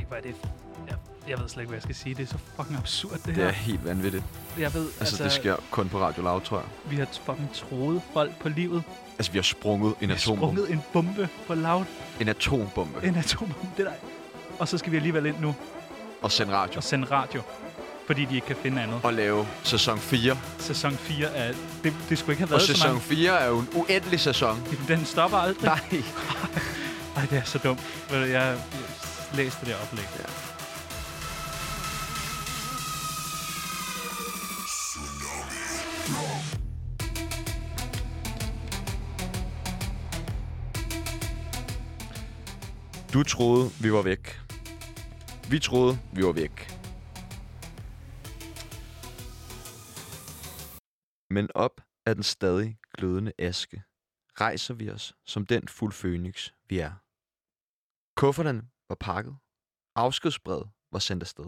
hvor er det... Jeg ved slet ikke, hvad jeg skal sige. Det er så fucking absurd, det her. Det er helt vanvittigt. Jeg ved, Altså, det sker kun på Radio Loud, tror jeg. Vi har fucking troet folk på livet. Altså, vi har sprunget en atombombe. Vi har sprunget en bombe på Loud. En atombombe. En atombombe, det der. Og så skal vi alligevel ind nu. Og sende radio. Og sende radio. Fordi de ikke kan finde andet. Og lave sæson 4. Sæson 4 er... Det skulle ikke have været så mange. Og sæson 4 er jo en uendelig sæson. Den stopper aldrig. Nej. Ej, det er så dumt. Jeg læste det oplæg. Ja. Du troede, vi var væk. Vi troede, vi var væk. Men op af den stadig glødende aske rejser vi os som den fuld fønix, vi er. Kufferterne var pakket. Afskedsbrevet var sendt afsted.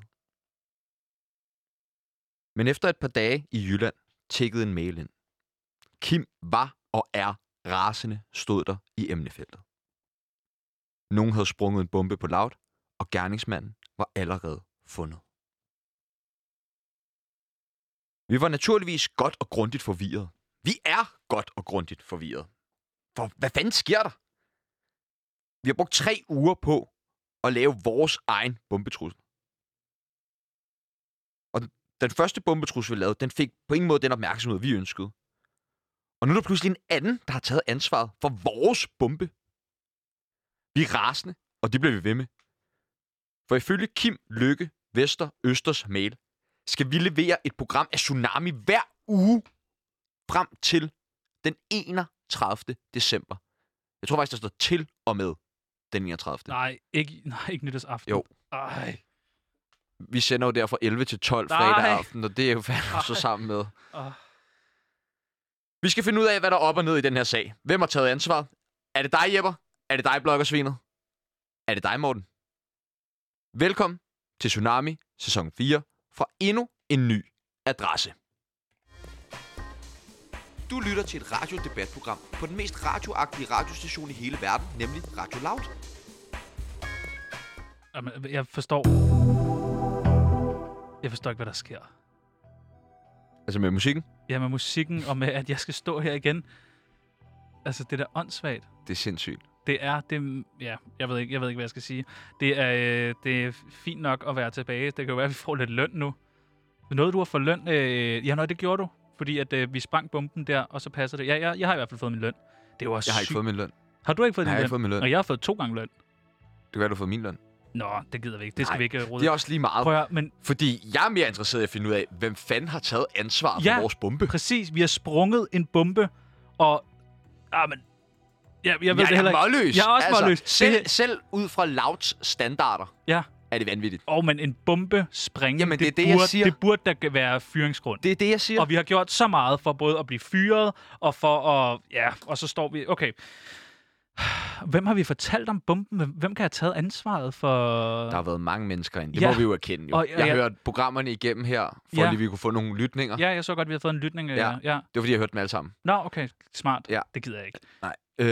Men efter et par dage i Jylland tikkede en mail ind. Kim var og er rasende, stod der i emnefeltet. Nogen havde sprunget en bombe på Loud, og gerningsmanden var allerede fundet. Vi var naturligvis godt og grundigt forvirret. Vi er godt og grundigt forvirret. For hvad fanden sker der? Vi har brugt 3 uger på at lave vores egen bombetrussel. Og den første bombetrussel, vi lavede, den fik på ingen måde den opmærksomhed, vi ønskede. Og nu er der pludselig en anden, der har taget ansvaret for vores bombe. Vi er rasende, og det bliver vi ved med. For ifølge Kim Lykke Vester Østers mail, skal vi levere et program af Tsunami hver uge frem til den 31. december. Jeg tror faktisk, der står til og med den 31. Nej, ikke nytårsaften. Jo. Ej. Vi sender jo derfor 11 til 12 fredag aften, og det er jo fandme så sammen med. Vi skal finde ud af, hvad der er op og ned i den her sag. Hvem har taget ansvar? Er det dig, Jepper? Er det dig, bloggersvinet? Er det dig, Morten? Velkommen til Tsunami sæson 4 fra endnu en ny adresse. Du lytter til et radiodebatprogram på den mest radioagtige radiostation i hele verden, nemlig Radio Loud. Jamen, jeg forstår ikke, hvad der sker. Altså med musikken? Ja, med musikken, og med, at jeg skal stå her igen. Altså, det er da åndssvagt. Det er sindssygt. Jeg ved ikke, hvad jeg skal sige. Det er fint nok at være tilbage. Det kan jo være, at vi får lidt løn nu. Noget, du har fået løn? Det gjorde du. Fordi at vi sprang bomben der, og så passer det. Jeg har i hvert fald fået min løn. Det er jo også Jeg har ikke fået min løn. Har du ikke fået din løn? Jeg har ikke fået min løn. Og jeg har fået 2 gange løn. Det kan være, du har fået min løn. Nå, det gider vi ikke. Det skal vi ikke rode. Det er også lige meget. Prøv at, men... Fordi jeg er mere interesseret i at finde ud af, hvem fanden har taget ansvar for vores bombe. Præcis. Vi har sprunget en bombe, og... men... Jeg ved det heller ikke. Målløs. Jeg er også målløs. Selv ud fra Louds standarder er det vanvittigt. Men en bombe sprængning, jamen, jeg siger. Det burde da være fyringsgrund. Det er det, jeg siger. Og vi har gjort så meget for både at blive fyret, og for at... Ja, og så står vi... Okay. Hvem har vi fortalt om bomben? Hvem kan have taget ansvaret for... Der har været mange mennesker inde. Det må vi jo erkende. Jo. Jeg har hørt programmerne igennem her, for at vi kunne få nogle lytninger. Ja, jeg så godt, vi har fået en lytning. Ja. Det var fordi, jeg hørte dem alle sammen. Nå, okay. Smart. Ja. Det gider jeg ikke. Nej.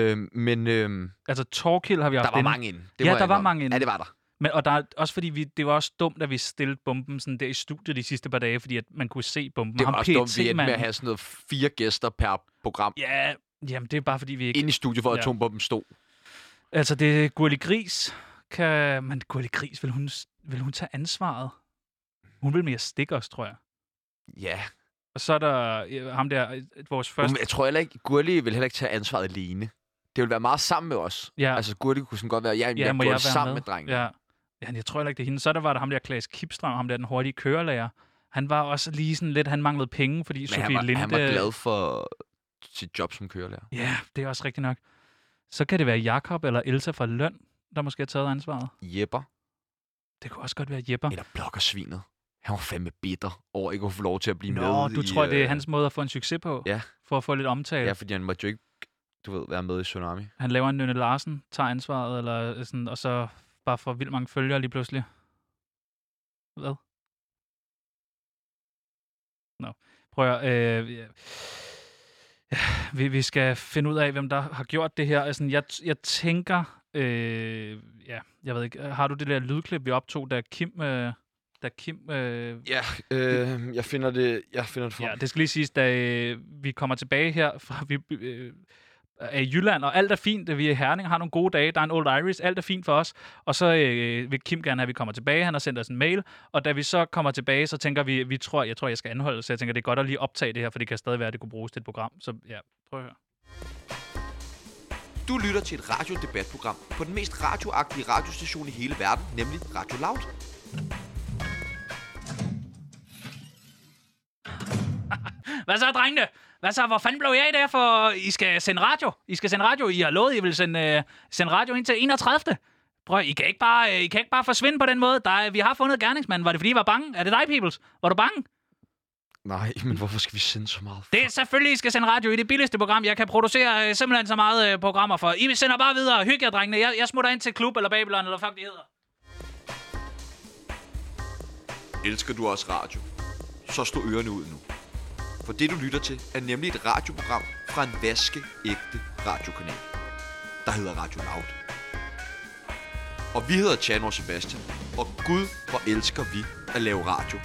Men... Altså, Torkild har vi haft der var mange inde. Der var mange inde. Ja, det var der. Men, og der er også fordi, det var også dumt, at vi stillede bomben sådan der i studiet de sidste par dage, fordi at man kunne se bomben. Det var også dumt, vi endte med at have sådan noget 4 gæster per program. Ja, jamen det er bare fordi, vi ikke... Inde i studiet, hvor atombomben stod. Altså, det er Gurli Gris. Men Gurli Gris, vil hun tage ansvaret? Hun vil mere stikke os, tror jeg. Ja. Og så er der ham der, vores første... Jeg tror heller ikke, Gurli vil heller ikke tage ansvaret alene. Det vil være meget sammen med os. Ja. Altså, Gurli kunne sådan godt være, jeg går sammen med drengene. Ja, jeg tror heller ikke, det er hende. Så var der ham der, Klaas Kipstrøm, ham der, den hurtige kørelærer. Han var også lige sådan lidt, han manglede penge, fordi Sofie Linde... han var glad for sit job som kørelærer. Ja, det er også rigtigt nok. Så kan det være Jakob eller Elsa fra Løn, der måske har taget ansvaret. Jepper. Det kunne også godt være Jepper. Eller bloggersvinet. Han var fandme bitter over ikke at få lov til at blive med. Du tror, det er hans måde at få en succes på? Ja. For at få lidt omtale? Ja, fordi han måtte jo ikke, være med i Tsunami. Han laver en Nynne Larsen, tager ansvaret, eller sådan, og så bare får vildt mange følgere lige pludselig. Hvad? Nå. Prøv at... Vi skal finde ud af, hvem der har gjort det her. Altså, jeg tænker, Ja, jeg ved ikke. Har du det der lydklip, vi optog, da Kim... Ja, jeg finder det frem. Ja, det skal lige siges, da vi kommer tilbage her fra... er i Jylland, og alt er fint. Vi er i Herning og har nogle gode dage. Der er en Old Irish. Alt er fint for os. Og så vil Kim gerne have, at vi kommer tilbage. Han har sendt os en mail. Og da vi så kommer tilbage, så tænker vi, jeg skal anholde. Så jeg tænker, det er godt at lige optage det her, for det kan stadig være, at det kunne bruges til et program. Så ja, prøv at høre. Du lytter til et radiodebatprogram på den mest radioagtige radiostation i hele verden, nemlig Radio Loud. Hvad så, drengene? Hvad så? Hvor fanden blev jeg i der for... I skal sende radio. I har lovet, I vil sende radio ind til 31. Prøv, I kan ikke bare forsvinde på den måde. Vi har fundet gerningsmanden. Var det fordi, I var bange? Er det dig, Peoples? Var du bange? Nej, men hvorfor skal vi sende så meget? Det er selvfølgelig, I skal sende radio i det billigste program. Jeg kan producere simpelthen så meget programmer for. I sender bare videre. Hygge jer, drengene. Jeg smutter ind til Klub eller Babylon, eller fuck det hedder. Elsker du også radio? Så slå ørerne ud nu. For det, du lytter til, er nemlig et radioprogram fra en vaskeægte radiokanal, der hedder Radio Loud. Og vi hedder Tjano og Sebastian, og Gud, hvor elsker vi at lave radio.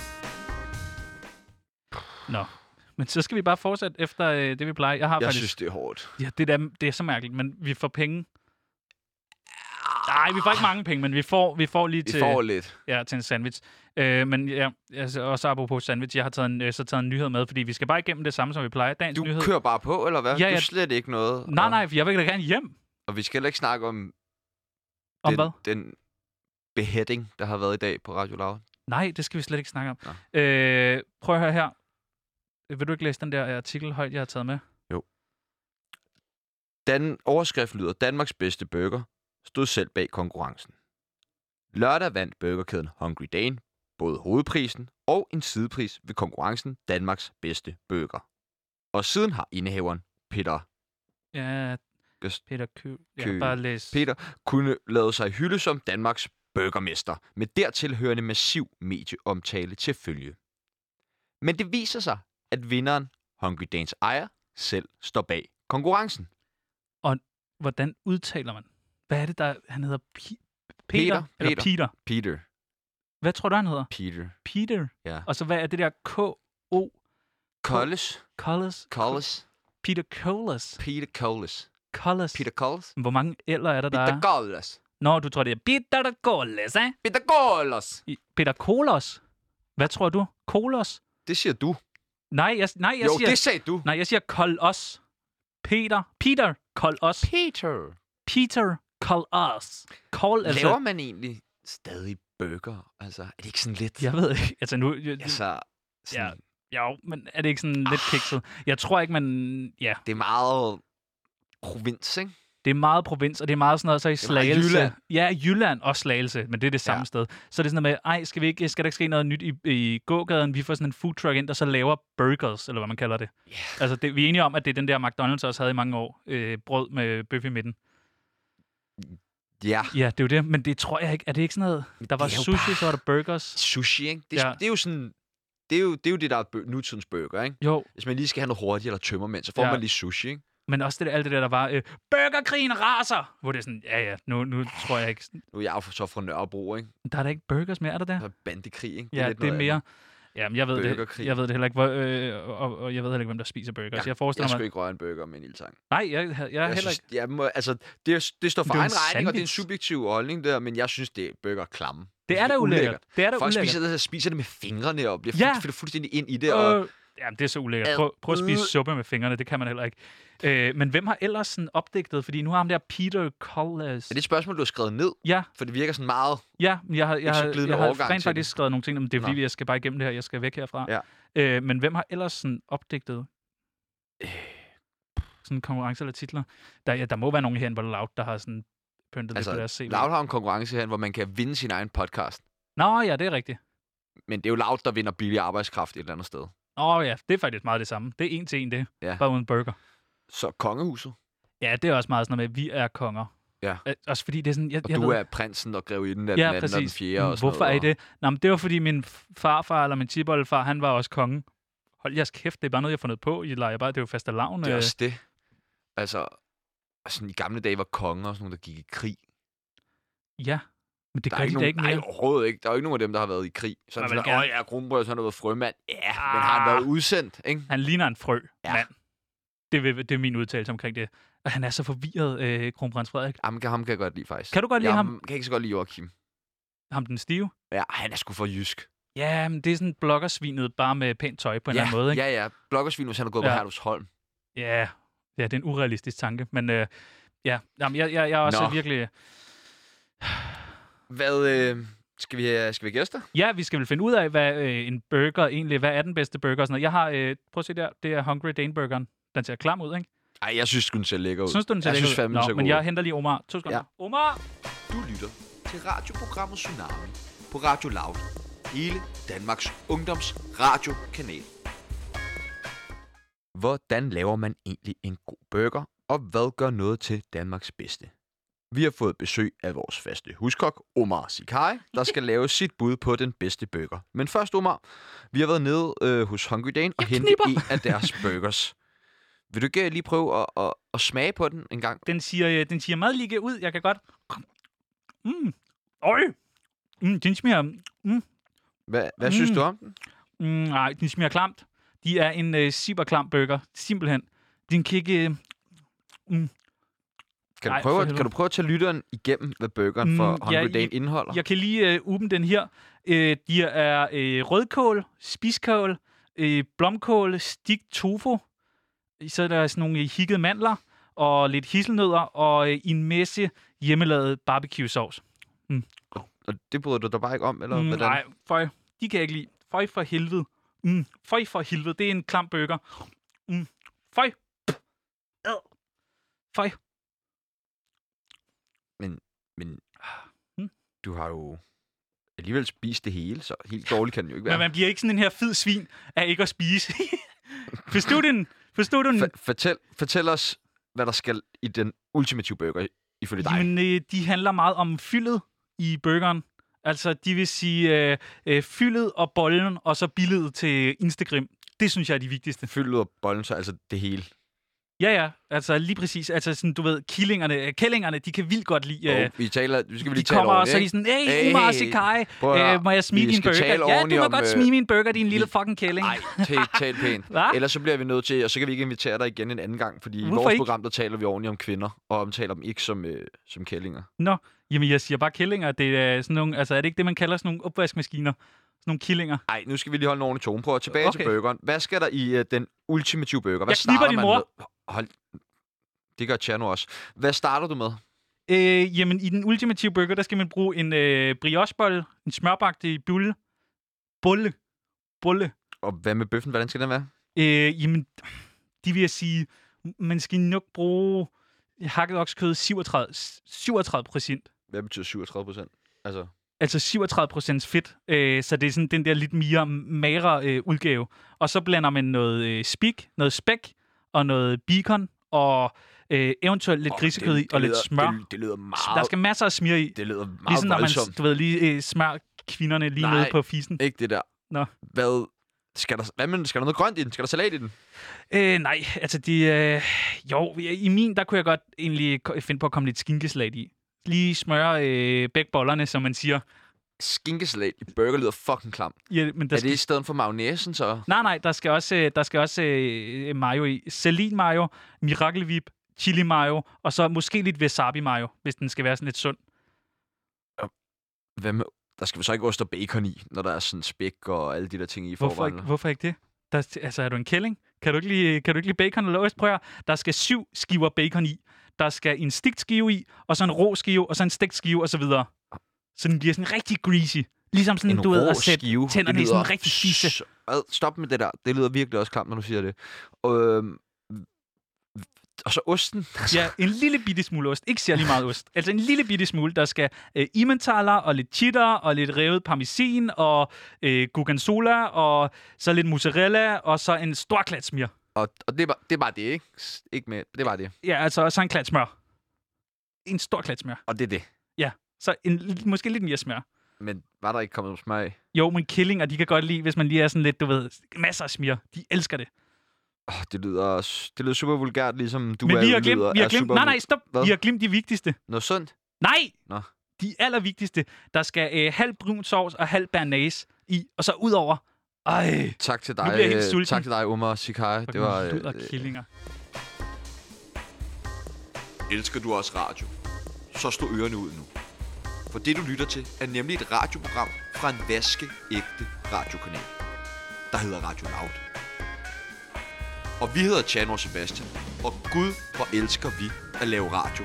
Nå, men så skal vi bare fortsætte efter det, vi plejer. Jeg synes, det er hårdt. Ja, det er så mærkeligt, men vi får penge. Nej, vi får ikke mange penge, men vi får lige til... Vi får lidt. Ja, til en sandwich. Men ja, altså, også apropos sandwich, jeg har taget en nyhed med, fordi vi skal bare igennem det samme, som vi plejer. Dagens du nyhed. Kører bare på, eller hvad? Ja, du slet ikke noget. Nej, for jeg vil da gerne hjem. Og vi skal heller ikke snakke om... Hvad? Den beheading, der har været i dag på Radio Loud. Nej, det skal vi slet ikke snakke om. Prøv at høre her. Vil du ikke læse den der artikel højt, jeg har taget med? Jo. Overskriften lyder, Danmarks bedste burger stod selv bag konkurrencen. Lørdag vandt burgerkæden Hungry Dane både hovedprisen og en sidepris ved konkurrencen Danmarks bedste burger. Og siden har indehaveren Peter kunne lade sig hylde som Danmarks burgermester med dertilhørende massiv medieomtale til følge. Men det viser sig, at vinderen, Hungry Danes ejer, selv står bag konkurrencen. Og hvordan udtaler man? Hvad er det, der han hedder? Peter. Hvad tror du, han hedder? Peter? Ja. Og så hvad er det der K-O? Collis. Peter Collis. Peter Collis. Hvor mange L'er er der? Peter Collis. Nå, du tror, det er Peter Collis, eh? Peter Collis. Peter Kolos. Hvad tror du? Kolos? Det siger du. Nej, jeg siger... det sagde du. Nej, jeg siger Kolos. Peter Kolos. Peter Kolos. Laver man egentlig stadig burger? Altså, er det ikke sådan lidt... Jeg ved ikke. Altså, nu... sådan... Ja, men er det ikke sådan lidt kikset? Jeg tror ikke, man... Ja. Det er meget provins, ikke? Det er meget provins, og det er meget sådan noget, så i Slagelse. Jylland. Ja, Jylland og Slagelse, men det er det samme sted. Så det er sådan noget med, skal der ikke ske noget nyt i gågaden? Vi får sådan en food truck ind, der så laver burgers, eller hvad man kalder det. Yeah. Altså, vi er enige om, at det er den der McDonald's også havde i mange år. Brød med bøf i midten. Ja. Ja, det er jo det, men det tror jeg ikke. Er det ikke sådan noget? Der var sushi, så var der burgers. Sushi, ikke? Det er jo sådan... Det er jo det, der er nutidens burger, ikke? Jo. Hvis man lige skal have noget hurtigt eller tømmermænd, så får man lige sushi, ikke? Men også alt det der var, burgerkrigen raser! Hvor det er sådan, nu tror jeg ikke... Nu er jeg jo så fra Nørrebro, ikke? Der er der ikke burgers mere, er der der? Der er bandekrig, ikke? Det er mere... Jamen, jeg ved det heller ikke, og jeg ved heller ikke, hvem der spiser burgers. Jeg skulle ikke røre en burger med en ildtang. Nej, jeg heller ikke... Det står for egen regning, og det er en subjektiv holdning der, men jeg synes, det er burger klamme. Det er da ulækkert. Folk spiser det med fingrene og bliver fuldstændig ind i det. Og... Jamen, det er så ulækkert. Prøv at spise suppe med fingrene, det kan man heller ikke. Men hvem har ellers sådan opdigtet? Fordi nu har ham der Peter Collis... Er det et spørgsmål, du har skrevet ned? Ja. For det virker sådan meget... Ja, jeg har rent faktisk skrevet nogle ting, men det er fordi, jeg skal bare igennem det her. Jeg skal væk herfra. Ja. Men hvem har ellers sådan opdigtet? Sådan konkurrence eller titler? Der må være nogen herinde på Loud, der har sådan pyntet det på deres CV. Loud har en konkurrence herinde, hvor man kan vinde sin egen podcast. Nå ja, det er rigtigt. Men det er jo Loud, der vinder billig arbejdskraft et eller andet sted. Ja, det er faktisk meget det samme. Det er en til en, det. Ja. Bare uden burger. Så kongehuset? Ja, det er også meget sådan noget med, vi er konger. Ja. Også fordi det er sådan... Og du er prinsen og grevinden af den anden og den fjerde og sådan Hvorfor er det? Nå, men det var fordi min farfar, eller min tipoldefar, han var også konge. Hold jeres kæft, det er bare noget, jeg har fundet på. I leger bare, det er jo fastelavn. Det er også det. Altså, sådan i gamle dage var konger og sådan nogle, der gik i krig. Ja, men det Der gør er de ikke da ikke nej, mere. overhovedet ikke. Der er jo ikke nogen af dem, der har været i krig. Sådan, Man vil sådan gerne- ja, kronprins, han har været frømand. Ja, men har han været udsendt, ikke? Han ligner en frø, Ja. mand. Det er min udtalelse omkring det. Og han er så forvirret, kronprins Frederik. Ham kan jeg godt lide, faktisk. Kan du godt lide ham? Kan ikke så godt lide Joachim. Ham den stive? Ja, han er sgu for jysk. Ja, men det er sådan bloggersvinet, bare med pænt tøj på en eller anden måde, ikke? Ja. Bloggersvin, hvis han har gået på Herlufsholm. Ja, det er en urealistisk tanke, men ja, jamen, jeg er også virkelig... Hvad, skal vi have gæster? Ja, vi skal vel finde ud af, hvad en burger egentlig, hvad er den bedste burger og sådan noget. Jeg har, prøv at se der, det er Hungry Dane-burgeren. Den ser klam ud, ikke? Ej, jeg synes, den ser lækker ud. Synes du, den ser jeg lækker synes ud? fandme, den ser men god jeg ud. henter lige Omar. 2 sekunder. Ja. Omar! Du lytter til radioprogrammet Tsunami på Radio Loud. Hele Danmarks ungdoms radiokanal. Hvordan laver man egentlig en god burger, og hvad gør noget til Danmarks bedste? Vi har fået besøg af vores faste huskok, Omar Sikai, der skal lave sit bud på den bedste burger. Men først, Omar, vi har været nede hos Hungry Dane og hentet en af deres burgers. Vil du ikke lige prøve at smage på den en gang? Den siger meget lige ud. Jeg kan godt... Den smager... Hvad synes du om den? Nej, den smager klamt. De er en superklam burger. Simpelthen. Den kan ikke... Kan du prøve at tage lytteren igennem, hvad burgeren for Hungry Dane indeholder? Jeg kan lige åbne den her. De er rødkål, spidskål, blomkål, stegt tofu. Så er der sådan nogle hikkede mandler og lidt hisselnødder og en masse hjemmelavet barbecue-sauce. Og det bryder du dig bare ikke om, eller hvordan? Nej, føj. De kan jeg ikke lide. Føj for helvede. Føj for helvede. Det er en klam burger. Føj. Føj. Men du har jo alligevel spist det hele, så helt dårligt kan den jo ikke være. Men man bliver ikke sådan en her fed svin af ikke at spise. Forstod du den? Fortæl os, hvad der skal i den ultimative burger, ifølge dig. Jamen, de handler meget om fyldet i burgeren. Altså, de vil sige fyldet og bollen, og så billedet til Instagram. Det synes jeg er de vigtigste. Fyldet og bollen, så altså det hele. Ja, altså lige præcis. Altså sådan, du ved, kællingerne, de kan vildt godt lide... Nu skal vi lige de tale kommer, over og så er de sådan, hey, Omar Sikai, må jeg smige din burger? Ja, du må godt smige min burger, din lille fucking kælling. Nej, tal pænt. Ellers så bliver vi nødt til, og så kan vi ikke invitere dig igen en anden gang, fordi i vores program, der taler vi ordentligt om kvinder, og omtaler dem ikke som kællinger. Nå, jamen jeg siger bare kællinger. Det er sådan nogle, altså er det ikke det, man kalder sådan nogle opvaskemaskiner? Sådan nogle killinger. Nej, nu skal vi lige holde en ordentlig tone. Prøv at tilbage til burgeren. Hvad skal der i den ultimative burger? Hvad jeg knipper din mor. Hold. Det gør Tjerno også. Hvad starter du med? Jamen, i den ultimative burger, der skal man bruge en briochebolle, en smørbagtig bolle. Og hvad med bøffen? Hvordan skal den være? Jamen, de vil jeg sige, man skal nok bruge hakket oksekød 37%. Hvad betyder 37%? Altså 37% fedt, så det er sådan den der lidt mere magre udgave. Og så blander man noget spæk og noget bacon og eventuelt lidt grisekød i og lidt smør. Det lyder meget... Der skal masser af smør i. Det lyder meget ligesom når voldsomt. man, du ved, lige smør kvinderne lige nede på fisen. Ikke det der. Nå. Skal der noget grønt i den? Skal der salat i den? Nej, altså jo, i min, der kunne jeg godt egentlig finde på at komme lidt skinkesalat i. Lige smøre begge bollerne, som man siger. Skinkesalat i burger lyder fucking klam. Ja, men er det i stedet for mayonnaisen, så? Nej, der skal også mayo i. Celine mayo, Miracle Whip, chili mayo, og så måske lidt wasabi mayo, hvis den skal være sådan lidt sund. Hvad med, der skal vi så ikke ost og bacon i, når der er sådan spæk og alle de der ting i forvejen? Hvorfor ikke det? Altså, er du en kælling? Kan du ikke lide bacon eller ost? Prøv at høre. Der skal 7 skiver bacon i. Der skal en stegt skive i, og så en rå skive, og så en stegt skive, og så videre. Så den bliver sådan rigtig greasy. Ligesom sådan, du ved, at sætte tænderne i sådan en rigtig fisse. Stop med det der. Det lyder virkelig også klamt, når du siger det. Og så osten. Ja, en lille bitte smule ost. Ikke særlig meget ost. Altså en lille bitte smule. Der skal Emmentaler og lidt cheddar og lidt revet parmesan og gorgonzola og så lidt mozzarella og så en stor klat smør. Og det er bare det, ikke? Ikke med. Det er bare det. Ja, altså så en klat smør. En stor klat smør. Og det er det. Ja, så måske lidt mere smør. Men var der ikke kommet smør i? Jo, men kællinger, de kan godt lide, hvis man lige er sådan lidt, du ved, masser af smør. De elsker det. Det lyder super vulgært, ligesom du men er. Vi har glemt. Nej, stop. Hvad? Vi har glemt de vigtigste. Noget sundt? Nej! Nå. de allervigtigste. Der skal halv brun sovs og halv bearnaise i, og så udover. Ej, Tak til nu bliver jeg helt dig, sulten. tak til dig, Omar Sikai. Det var... killinger. Elsker du også radio? Så slå ørerne ud nu. For det, du lytter til, er nemlig et radioprogram fra en vaskeægte radiokanal, der hedder Radio Loud. Og vi hedder Tjano og Sebastian, og Gud, hvor elsker vi at lave radio.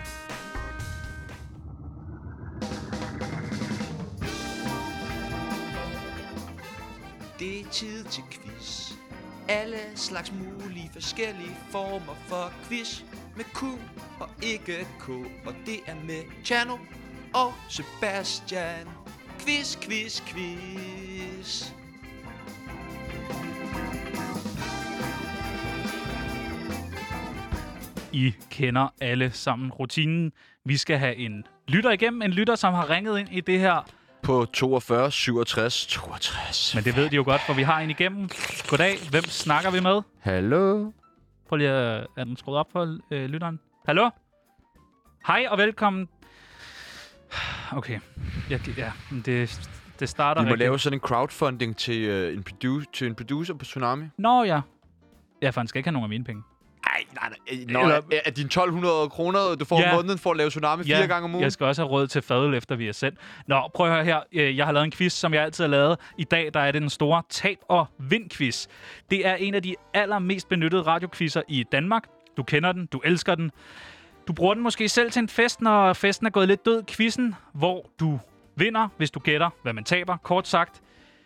Det er tid til quiz. Alle slags mulige forskellige former for quiz. Med Q og ikke K, og det er med Tjano og Sebastian. Quiz, quiz, quiz. I kender alle sammen rutinen. Vi skal have en lytter igennem. En lytter, som har ringet ind i det her. På 42, 67, 62. Men det ved de jo godt, for vi har en igennem. Goddag. Hvem snakker vi med? Hallo? Prøv lige at... Er den skruet op for lytteren? Hallo? Hej og velkommen. Okay. Ja, det starter Vi må rigtigt. lave sådan en crowdfunding til, en producer på Tsunami. Nå ja. Ja, for han skal ikke have nogen af mine penge. Nej. Er dine 1.200 kroner, du får om måneden for at lave Tsunami 4 gange om ugen? Jeg skal også have råd til fadøl, efter vi er sendt. Nå, prøv at høre her. Jeg har lavet en quiz, som jeg altid har lavet. I dag der er det den store tab- og vind-quiz. Det er en af de allermest benyttede radioquizzer i Danmark. Du kender den, du elsker den. Du bruger den måske selv til en fest, når festen er gået lidt død. Quizzen, hvor du vinder, hvis du gætter, hvad man taber. Kort sagt,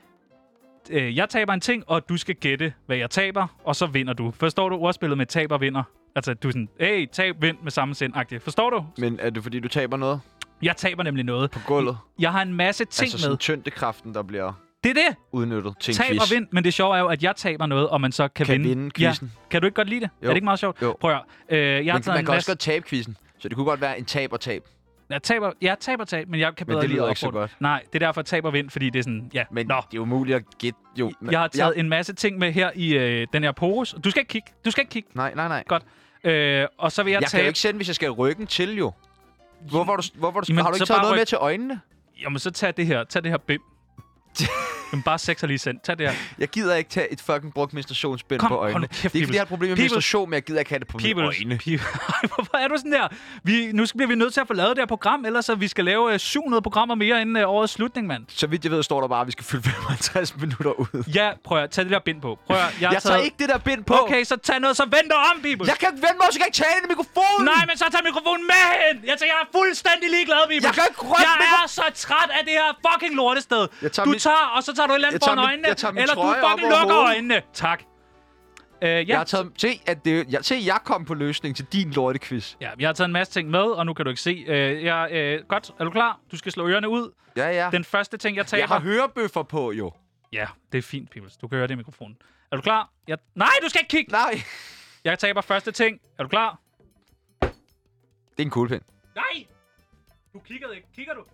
jeg taber en ting, og du skal gætte, hvad jeg taber, og så vinder du. Forstår du ordspillet med tab og vinder? Altså, du er sådan, hey, tab, vind med samme sind-agtigt. Forstår du? Men er det fordi, du taber noget Jeg taber nemlig noget. på gulvet? Jeg har en masse ting Altså sådan med. tyngdekraften, der bliver Det er det. udnyttet til en Tab quiz. og vind, men det sjove er jo, at jeg taber noget, og man så kan vinde. quizzen. Ja. Kan du ikke godt lide det? Jo. Er det ikke meget sjovt? Jo. Prøv at høre. Jeg har Men taget man en kan også masse... godt tabe quizzen. Så det kunne godt være en tab og tab. Jeg taber, men jeg kan Men bedre det lide lyder ikke så opfordring. godt. Nej, det er derfor, jeg taber vind, fordi det er sådan, ja. Men Nå. det er jo muligt at gætte. Jo, men, Jeg har taget en masse ting med her i den her pose. Du skal ikke kigge. Nej. Godt. Og så vil jeg Jeg kan tabe... jo ikke sende, hvis jeg skal ryggen til, jo. Hvorfor Jamen, har du så ikke taget bare noget ryk- med til øjnene? Jamen, så tag det her. Tag det her bim. Jamen, bare 6 lige sendt. Tag det her. Jeg gider ikke tage et fucking brugt menstruationsbind Kom, på hold øjnene. nu Det er kæft, ikke, fordi jeg har et problem med Peoples. menstruation, men jeg gider ikke have det på mine øjne. Hvorfor er du sådan der? Nu bliver vi nødt til at få lavet det her program, ellers så vi skal lave 700 programmer mere inden årets slutning, mand. Så vidt jeg ved, står der bare, at vi skal fylde 55 minutter ud. Ja, prøv at tage det der bind på. Prøv at, Jeg tager ikke det der bind på. Okay, så tag noget, så vend dig om, Bibel. Jeg kan ikke vende mig, så kan jeg ikke tale i mikrofonen. Nej, men så tag mikrofonen med hen. Jeg er fuldstændig ligeglad, Bibel. Jeg kan ikke rykke Jeg er så træt af det her fucking lortested. Og så tager du et eller andet foran øjnene, eller du fucking lukker øjnene. Tak. Ja. Jeg har taget til jeg kom på løsning til din lortequiz. Ja, jeg har taget en masse ting med, og nu kan du ikke se. Godt, er du klar? Du skal slå ørerne ud. Ja. Den første ting, jeg taber... Jeg har hørebøffer på, jo. Ja, det er fint, Pibels. Du kan høre det i mikrofonen. Er du klar? Nej, du skal ikke kigge! Nej. Jeg taber første ting. Er du klar? Det er en kuglepen. Nej! Du kiggede ikke. Kigger du?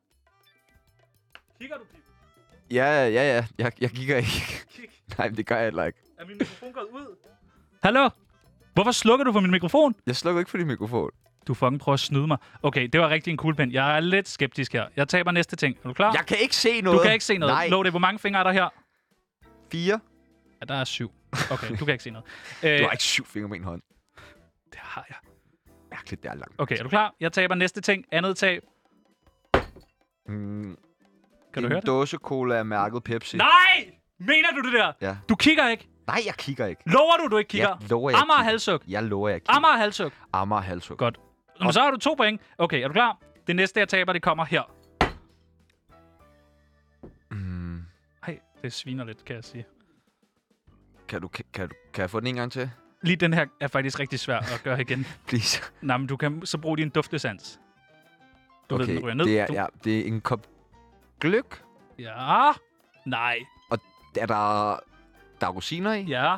Kigger du, Pibels? Ja. Jeg kigger ikke. Kig. Nej, men det gør jeg heller ikke. Er min mikrofon gået ud? Hallo? Hvorfor slukker du for min mikrofon? Jeg slukker ikke for din mikrofon. Du fucking prøver at snyde mig. Okay, det var rigtig en kuglepen. Jeg er lidt skeptisk her. Jeg taber næste ting. Er du klar? Jeg kan ikke se noget. Du kan ikke se noget. Nej. Lå det. Hvor mange fingre er der her? 4. Ja, der er 7. Okay, du kan ikke se noget. Du har ikke 7 fingre med en hånd. Det har jeg. Mærkeligt, det er langt. Okay, er du klar? Jeg taber næste ting. Andet tab. Kan du høre det? En dåse cola af mærket Pepsi. Nej! Mener du det der? Ja. Du kigger ikke. Nej, jeg kigger ikke. Lover du ikke kigger? Jeg lover, jeg Amager kigger. halsuk. Jeg lover, jeg kigger. Amager halsuk. Amager halsuk. Godt. Men så har du 2 point. Okay, er du klar? Det næste, jeg taber, det kommer her. Ej, det sviner lidt, kan jeg sige. Kan jeg få den en gang til? Lige den her er faktisk rigtig svær at gøre igen. Please. Nej, men du kan så bruge din duftesans. Du ved, den ryger ned. Det er en kop gløk. Ja. Nej. Og er der er rosiner i? Ja.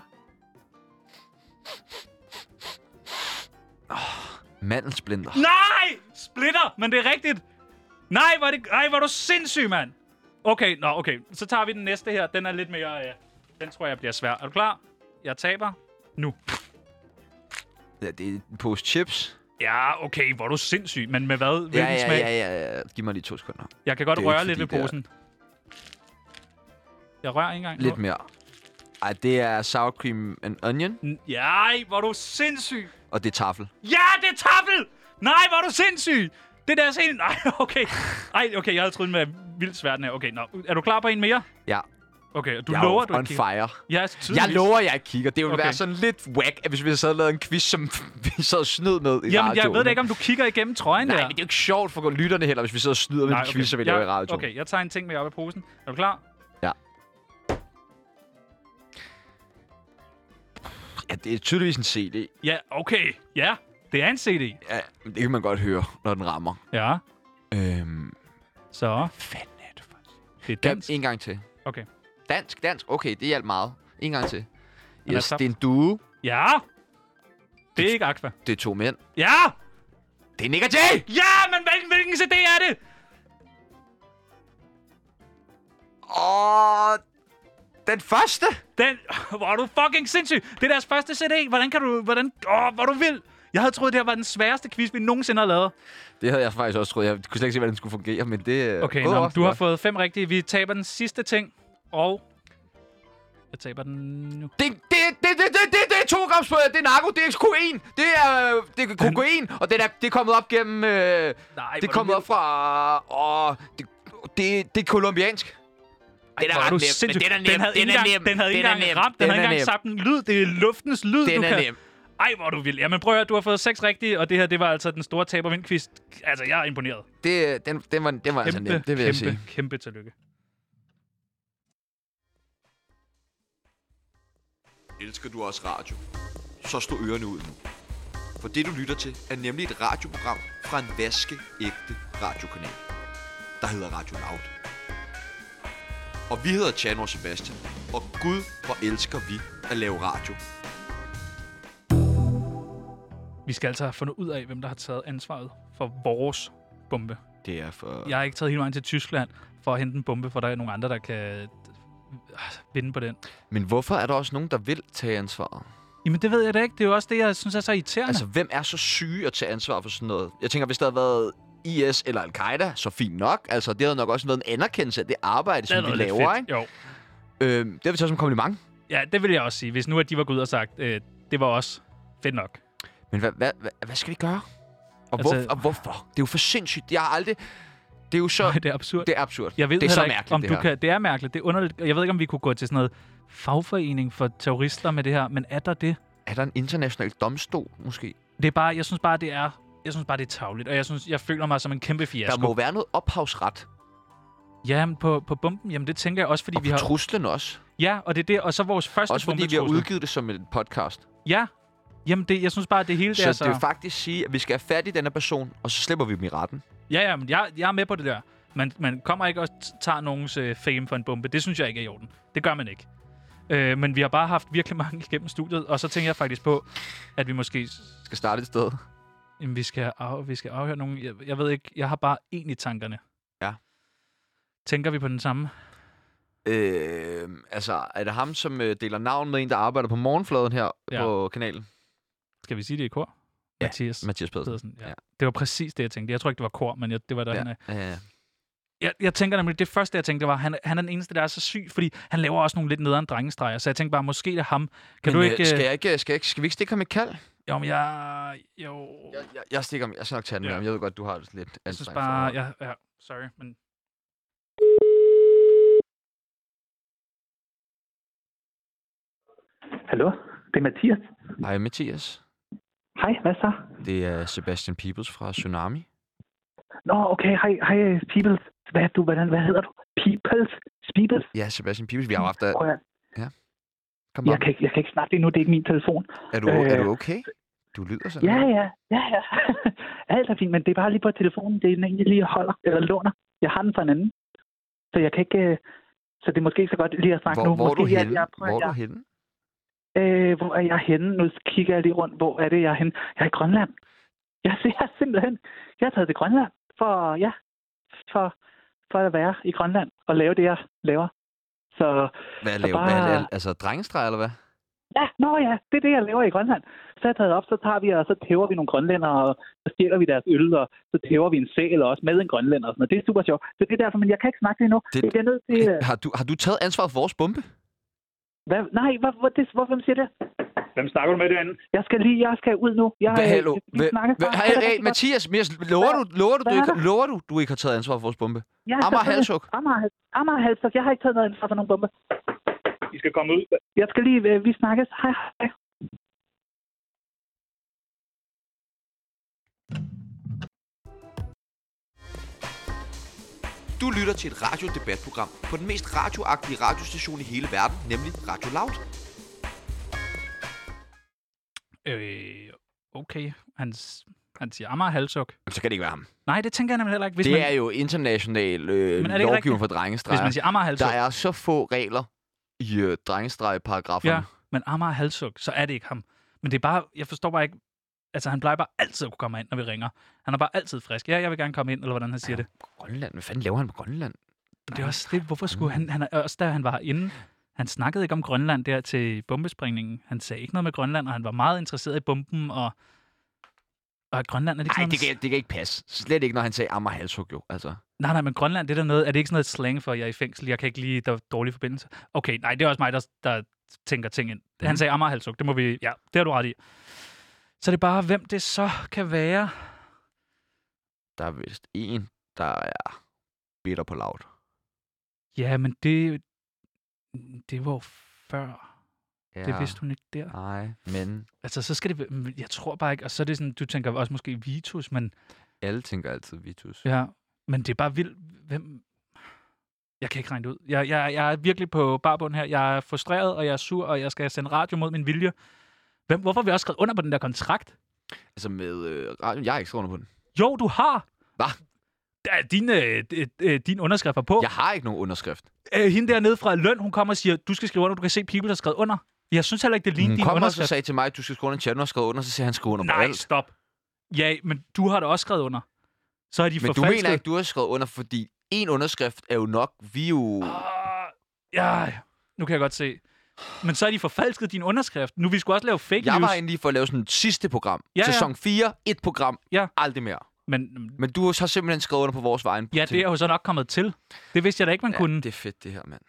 Mandelsplinter. Nej! Splitter, men det er rigtigt. Nej, hvor er du sindssyg, mand. Okay. Så tager vi den næste her. Den er lidt mere... den tror jeg bliver svær. Er du klar? Jeg taber. Nu. Ja, det er en pose chips. Ja, okay, hvor er du sindssyg. Men med hvad? Hvilken smag? Ja. Giv mig lige 2 sekunder. Jeg kan godt Det er røre ikke lidt ved fordi, posen. Jeg rører ikke engang. Lidt mere. Ej, det er sour cream and onion, Ja, hvor er du sindssyg. og det er taffel. Ja, det er taffel! Nej, hvor er du sindssyg! Det der er sen... Nej, okay. Ej, okay, jeg havde troet med vildt svært her. Okay, er du klar på en mere? Ja. Okay, du Jeg lover, er du on ikke kigger? fire. Ja, Jeg lover, jeg ikke kigger. Det ville Okay. være sådan lidt whack, hvis vi havde lavet en quiz, som vi sad og snød med i radioen. Jamen, jeg ved da ikke, om du kigger igennem trøjen Nej, der. men det er jo ikke sjovt for lytterne heller, hvis vi sidder og snyder med de quizzer, vi laver i radioen. Okay, jeg tager en ting med op af posen. Er du klar? Ja, det er tydeligvis en CD. Ja, okay. Ja, det er en CD. Ja, det kan man godt høre, når den rammer. Ja, så. Hvad fanden er det for? Det er dansk. En gang til. Okay. Dansk. Okay, det hjalp meget. En gang til. Den er Yes, tabt. det er en duo. Ja! Det er ikke Aqua. Det er 2 mænd. Ja! Det er Nick og Jay! Ja, men hvilken CD er det? Og den første. Den... Hvor er du fucking sindssyg. Det er deres første CD. Hvordan kan du... hvor du vil. Jeg havde troet, det her var den sværeste quiz, vi nogensinde har lavet. Det havde jeg faktisk også troet. Jeg kunne slet ikke se, hvordan den skulle fungere, men det... Okay, du har fået 5 rigtige. Vi taber den sidste ting. Og... Jeg taber den nu. Det er 2 grams på, det er narko, det er kokain. Det er kokain, og det er kommet op gennem... Nej, det er kommet op fra... det er kolumbiansk. Den er ret nem, men den er nem. Den havde ikke engang ramt. Den havde ikke engang sagt en lyd. Det er luftens lyd, den du er kan... nem. Ej, hvor du vil. Jamen prøv at høre, du har fået 6 rigtige, og det her, det var altså den store taber-vind-quiz. Altså, jeg er imponeret. Den var altså nem, det vil jeg sige. Kæmpe tillykke. Elsker du også radio? Så slå ørerne ud nu. For det, du lytter til, er nemlig et radioprogram fra en vaskeægte radiokanal, der hedder Radio Loud. Og vi hedder Tjano og Sebastian, og Gud, hvor elsker vi at lave radio. Vi skal altså have fundet ud af, hvem der har taget ansvaret for vores bombe. Det er for... Jeg har ikke taget hele vejen til Tyskland for at hente en bombe, for der er nogle andre, der kan vinde på den. Men hvorfor er der også nogen, der vil tage ansvaret? Jamen, det ved jeg da ikke. Det er jo også det, jeg synes er så irriterende. Altså, hvem er så syge at tage ansvar for sådan noget? Jeg tænker, hvis der havde været IS eller Al-Qaida, så fint nok. Altså, det havde nok også været en anerkendelse af det arbejde, som vi laver, ikke? Jo. Det har vi taget som kompliment. Ja, det vil jeg også sige. Hvis nu, at de var gået ud og sagt, det var også fedt nok. Men hvad skal vi gøre? Og, Altså... hvorfor? Det er jo for sindssygt. Jeg har aldrig... Det er jo så... Nej, det er absurd. Det er absurd. Jeg ved det er så ikke, mærkeligt, om det du her. kan... Det er mærkeligt. Det er underligt. Jeg ved ikke, om vi kunne gå til sådan noget fagforening for terrorister med det her, men er der det? Er der en international domstol, måske? Det er bare... Jeg synes bare, det er tarveligt, og jeg føler mig som en kæmpe fiasko. Der må være noget ophavsret. Ja, men på bomben, jamen det tænker jeg også, fordi og vi har... truslen også. Ja, og det er det, og så vores første også fordi vi har udgivet det som en podcast. Ja, jamen jeg synes bare, at det hele så der... Så det vil faktisk sige, at vi skal have fat i denne person, og så slipper vi dem i retten. Ja, men jeg er med på det der. Man kommer ikke og tager nogens fame for en bombe. Det synes jeg ikke er i orden. Det gør man ikke. Men vi har bare haft virkelig mange igennem studiet, og så tænker jeg faktisk på, at vi måske... Skal starte et sted. Jamen, vi skal afhøre nogen... Jeg ved ikke, jeg har bare en i tankerne. Ja. Tænker vi på den samme? Altså, er det ham, som deler navn med en, der arbejder på morgenfladen her på kanalen? Skal vi sige det i kor? Ja, Mathias Pedersen. Ja. Det var præcis det, jeg tænkte. Jeg tror ikke, det var kor, men det var der, han er. Ja. Jeg tænker nemlig, det første, jeg tænkte, var, han er den eneste, der er så syg, fordi han laver også nogle lidt nederen drengestreger. Så jeg tænkte bare, måske det er ham. Kan du ikke... Skal vi ikke stikke ham et kald? Jo, men Jeg stikker ham. Jeg skal nok tage den med ham. Jeg ved godt, du har det lidt jeg synes bare... Ja, sorry, men... Hallo, det er Mathias. Hej, Mathias. Hej, hvad så? Det er Sebastian Peebles fra Tsunami. Nå, okay, hej Peebles. Hvad hedder du? Peebles? Ja, Sebastian Peebles. Vi har haft... Ja. Kom jeg kan ikke snakke lige nu, det er ikke min telefon. Er du okay? Du lyder sådan. Ja. Alt er fint, men det er bare lige på telefonen. Det er den egentlig lige holder, eller låner. Jeg har den fra en anden. Så jeg kan ikke... Så det er måske så godt lige at snakke nu. Hvor er du henne? Hvor er jeg henne? Nu kigger jeg lige rundt. Hvor er det, jeg er henne? Jeg er i Grønland. Jeg har taget til Grønland for at være i Grønland og lave det, jeg laver. Så hvad laver du? Altså drengestreg, eller hvad? Ja, det er det, jeg laver i Grønland. Så er jeg taget op, så tager vi, og så tæver vi nogle grønlænder, og så stjæler vi deres øl, og så tæver vi en sæl også med en grønlænder og sådan noget. Det er super sjovt. Så det er derfor, men jeg kan ikke snakke det endnu. Det... Jeg er nødt til... Har du taget ansvar for vores bombe? Hvad? Nej, hvorfor siger det? Hvem snakker du med derinde? Jeg skal ud nu. Hallo? Hey, Mathias, lover du ikke har taget ansvar for vores bombe? Ja, Amager Halshug. Amager Halshug. Jeg har ikke taget noget ansvar for nogen bombe. I skal komme ud. Jeg skal lige... Vi snakkes. Hej. Du lytter til et radiodebatprogram på den mest radioagtige radiostation i hele verden, nemlig Radio Loud. Okay. Han siger Amager Halshug. Så kan det ikke være ham. Nej, det tænker jeg nemlig heller ikke. Det er jo international lovgivning for drengestreger. Hvis man siger Amager Halshug. Der er så få regler i drengestreger-paragraferne. Ja, men Amager Halshug, så er det ikke ham. Men det er bare... Jeg forstår bare ikke... Altså, han plejer bare altid at kunne komme ind, når vi ringer. Han er bare altid frisk. Ja, jeg vil gerne komme ind, eller hvordan han siger det. Grønland? Hvad fanden laver han på Grønland? Det er også det. Hvorfor skulle han også da han var inde... Han snakkede ikke om Grønland der til bombesprængningen. Han sagde ikke noget med Grønland, og han var meget interesseret i bomben, og Grønland er det ikke sådan noget... det kan ikke passe. Slet ikke, når han sagde Amager Halshug, jo. Altså. Nej, men Grønland, det er der noget... Er det ikke sådan noget slang for, at jeg er i fængsel? Jeg kan ikke lide, der er dårlige forbindelser. Okay, nej, det er også mig, der tænker ting ind. Han sagde Amager Halshug, det må vi... Ja, det har du ret i. Så det er bare, hvem det så kan være. Der er vist en, der er bitter på Loud. Ja, men det var jo før. Ja. Det vidste hun ikke der. Nej, men... Altså, så skal det... Jeg tror bare ikke... Og så er det sådan, du tænker også måske Vitus, men... Alle tænker altid Vitus. Ja, men det er bare vildt... Hvem... Jeg kan ikke regne det ud. Jeg er virkelig på barbund her. Jeg er frustreret, og jeg er sur, og jeg skal sende radio mod min vilje. Hvorfor har vi også skrevet under på den der kontrakt? Altså med radio? Jeg har ikke skrevet under på den. Jo, du har! Hvad? Din underskrift var på. Jeg har ikke nogen underskrift. Hende dernede fra løn, hun kommer og siger, du skal skrive under, du kan se people, der har skrevet under. Jeg synes heller ikke, det ligner din underskrift. Hun kommer også og sagde til mig, at du skal skrive under en chat, og har skrevet under, så siger han skrive under på alt. Nej, stop. Ja, men du har da også skrevet under. Så er de forfalsket. Men du mener ikke, du har skrevet under, fordi en underskrift er jo nok, vi er jo... Ja, nu kan jeg godt se. Men så er de forfalsket din underskrift. Nu vi skulle også lave fake news. Jeg var inde lige for at lave sådan et sidste program. Ja. Sæson 4, et program, aldrig mere. Men du har simpelthen skrevet under på vores vejen. Ja, det er jo så nok kommet til. Det vidste jeg da ikke, man kunne. Det er fedt, det her, mand.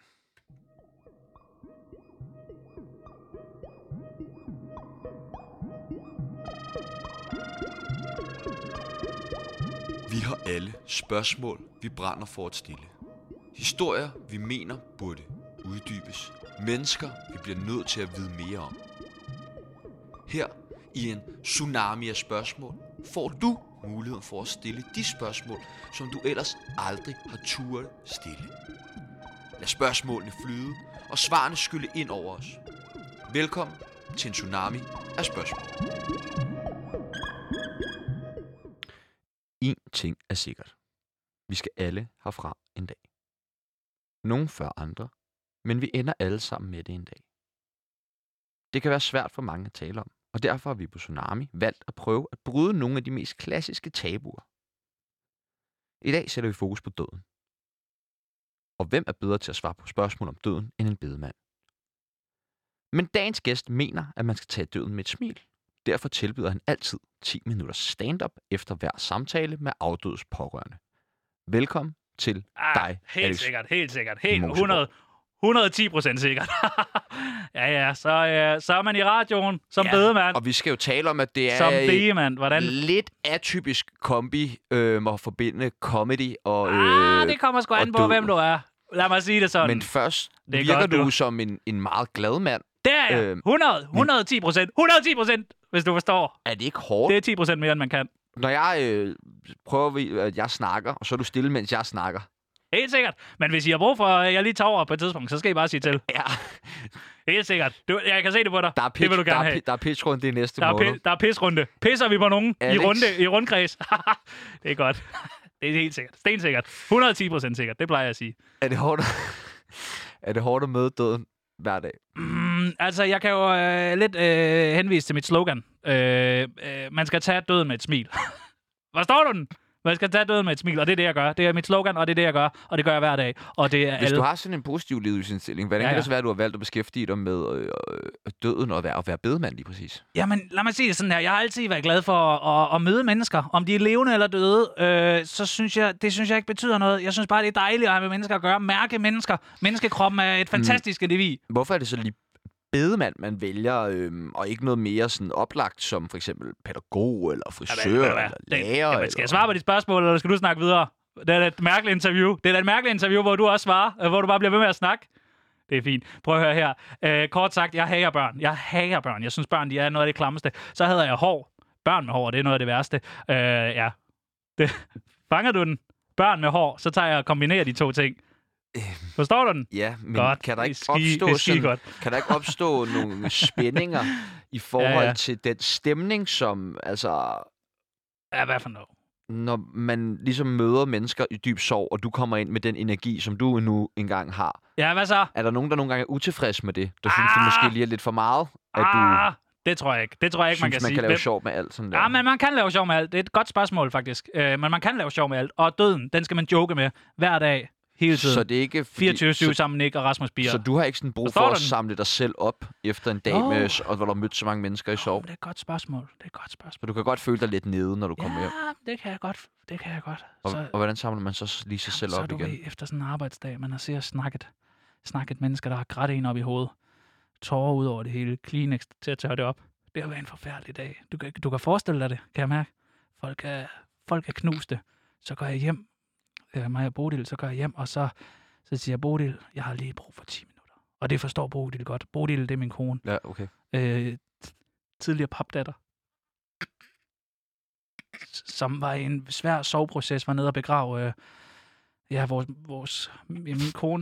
Vi har alle spørgsmål, vi brænder for at stille. Historier, vi mener burde uddybes. Mennesker, vi bliver nødt til at vide mere om. Her i en tsunami af spørgsmål får du muligheden for at stille de spørgsmål, som du ellers aldrig har turet stille. Lad spørgsmålene flyde, og svarene skylle ind over os. Velkommen til en tsunami af spørgsmål. En ting er sikkert. Vi skal alle herfra en dag. Nogle før andre, men vi ender alle sammen med det en dag. Det kan være svært for mange at tale om, og derfor har vi på Tsunami valgt at prøve at bryde nogle af de mest klassiske tabuer. I dag sætter vi fokus på døden. Og hvem er bedre til at svare på spørgsmål om døden end en bedemand? Men dagens gæst mener, at man skal tage døden med et smil. Derfor tilbyder han altid 10 minutters stand-up efter hver samtale med afdødes pårørende. Velkommen til dig, helt Alex. Helt sikkert. Helt 110% sikkert. ja, så er man i radioen som bedemand. Og vi skal jo tale om, at det er som bedemand. Hvordan? Lidt atypisk kombi at forbinde comedy og det kommer sgu an på, hvem du er. Lad mig sige det sådan. Men først virker du som en meget glad mand. Det er jeg. 110%, hvis du forstår. Er det ikke hårdt? Det er 10% mere, end man kan. Når jeg prøver, at jeg snakker, og så er du stille, mens jeg snakker. Helt sikkert. Men hvis I har brug for, at jeg lige tager over på et tidspunkt, så skal I bare sige til. Ja. Helt sikkert. Jeg kan se det på dig. Der er pitch, det vil du gerne have. Der er pitchrunde i næste måned. Der er pisrunde. Pisser vi på nogen i rundkreds? Det er godt. Det er helt sikkert. Stensikkert. 110% sikkert. Det plejer jeg at sige. Er det hårdt at møde døden hver dag? Altså, jeg kan jo lidt henvise til mit slogan. Man skal tage døden med et smil. Forstår du den? Man skal tage døden med et smil, og det er det, jeg gør. Det er mit slogan, og det er det, jeg gør. Og det gør jeg hver dag. Og det er Hvis du har sådan en positiv livsindstilling, hvordan kan det så være, at du har valgt at beskæftige dig med døden og være bedemand lige præcis? Jamen, lad mig sige det sådan her. Jeg har altid været glad for at møde mennesker. Om de er levende eller døde, så synes jeg ikke betyder noget. Jeg synes bare, det er dejligt at have med mennesker at gøre. Mærke mennesker. Menneskekroppen er et fantastisk individ. Hvorfor er det så lige bedemand, man vælger, og ikke noget mere sådan oplagt, som for eksempel pædagog, eller frisør, eller lærer? Skal jeg svare på dit spørgsmål, eller skal du snakke videre? Det er et mærkeligt interview. Det er et mærkeligt interview, hvor du også svarer, hvor du bare bliver ved med at snakke. Det er fint. Prøv at høre her. Kort sagt, jeg hader børn. Jeg synes, børn de er noget af det klammeste. Så hedder jeg hår. Børn med hår, det er noget af det værste. Ja. Fanger du den? Børn med hår, så tager jeg og kombinerer de to ting. Forstår du den? Ja, men godt. Kan der ikke opstå nogle spændinger i forhold til den stemning, som altså... Ja, hvad for noget? Når man ligesom møder mennesker i dyb sorg, og du kommer ind med den energi, som du nu engang har. Ja, hvad så? Er der nogen, der nogle gange er utilfreds med det? Der synes du måske lige er lidt for meget, at du... Det tror jeg ikke. Det tror jeg ikke, man kan sige. Man kan lave sjov med alt sådan der. Ja, men man kan lave sjov med alt. Det er et godt spørgsmål, faktisk. Men man kan lave sjov med alt. Og døden, den skal man joke med hver dag, hele tiden. Så det er ikke... Fordi, 24/7 sammen med Nick og Rasmus Bier. Så du har ikke sådan brug for at samle dig selv op efter en dag, med, og hvor du har mødt så mange mennesker i sorg? Det er et godt spørgsmål. Så du kan godt føle dig lidt nede, når du kommer hjem? Ja, det kan jeg godt. Og hvordan samler man så lige sig selv op igen? Så efter sådan en arbejdsdag, man har set snakket mennesker, der har grædt en op i hovedet. Tårer ud over det hele. Kleenex til at tørre det op. Det har været en forfærdelig dag. Du kan forestille dig det, kan jeg mærke. Folk er knuste. Så går jeg hjem. Mig og Bodil, så går jeg hjem, og så siger jeg, Bodil, jeg har lige brug for 10 minutter. Og det forstår Bodil godt. Bodil, det er min kone. Ja, okay. Tidligere papdatter. Som var i en svær soveproces, var nede og begrave min kone.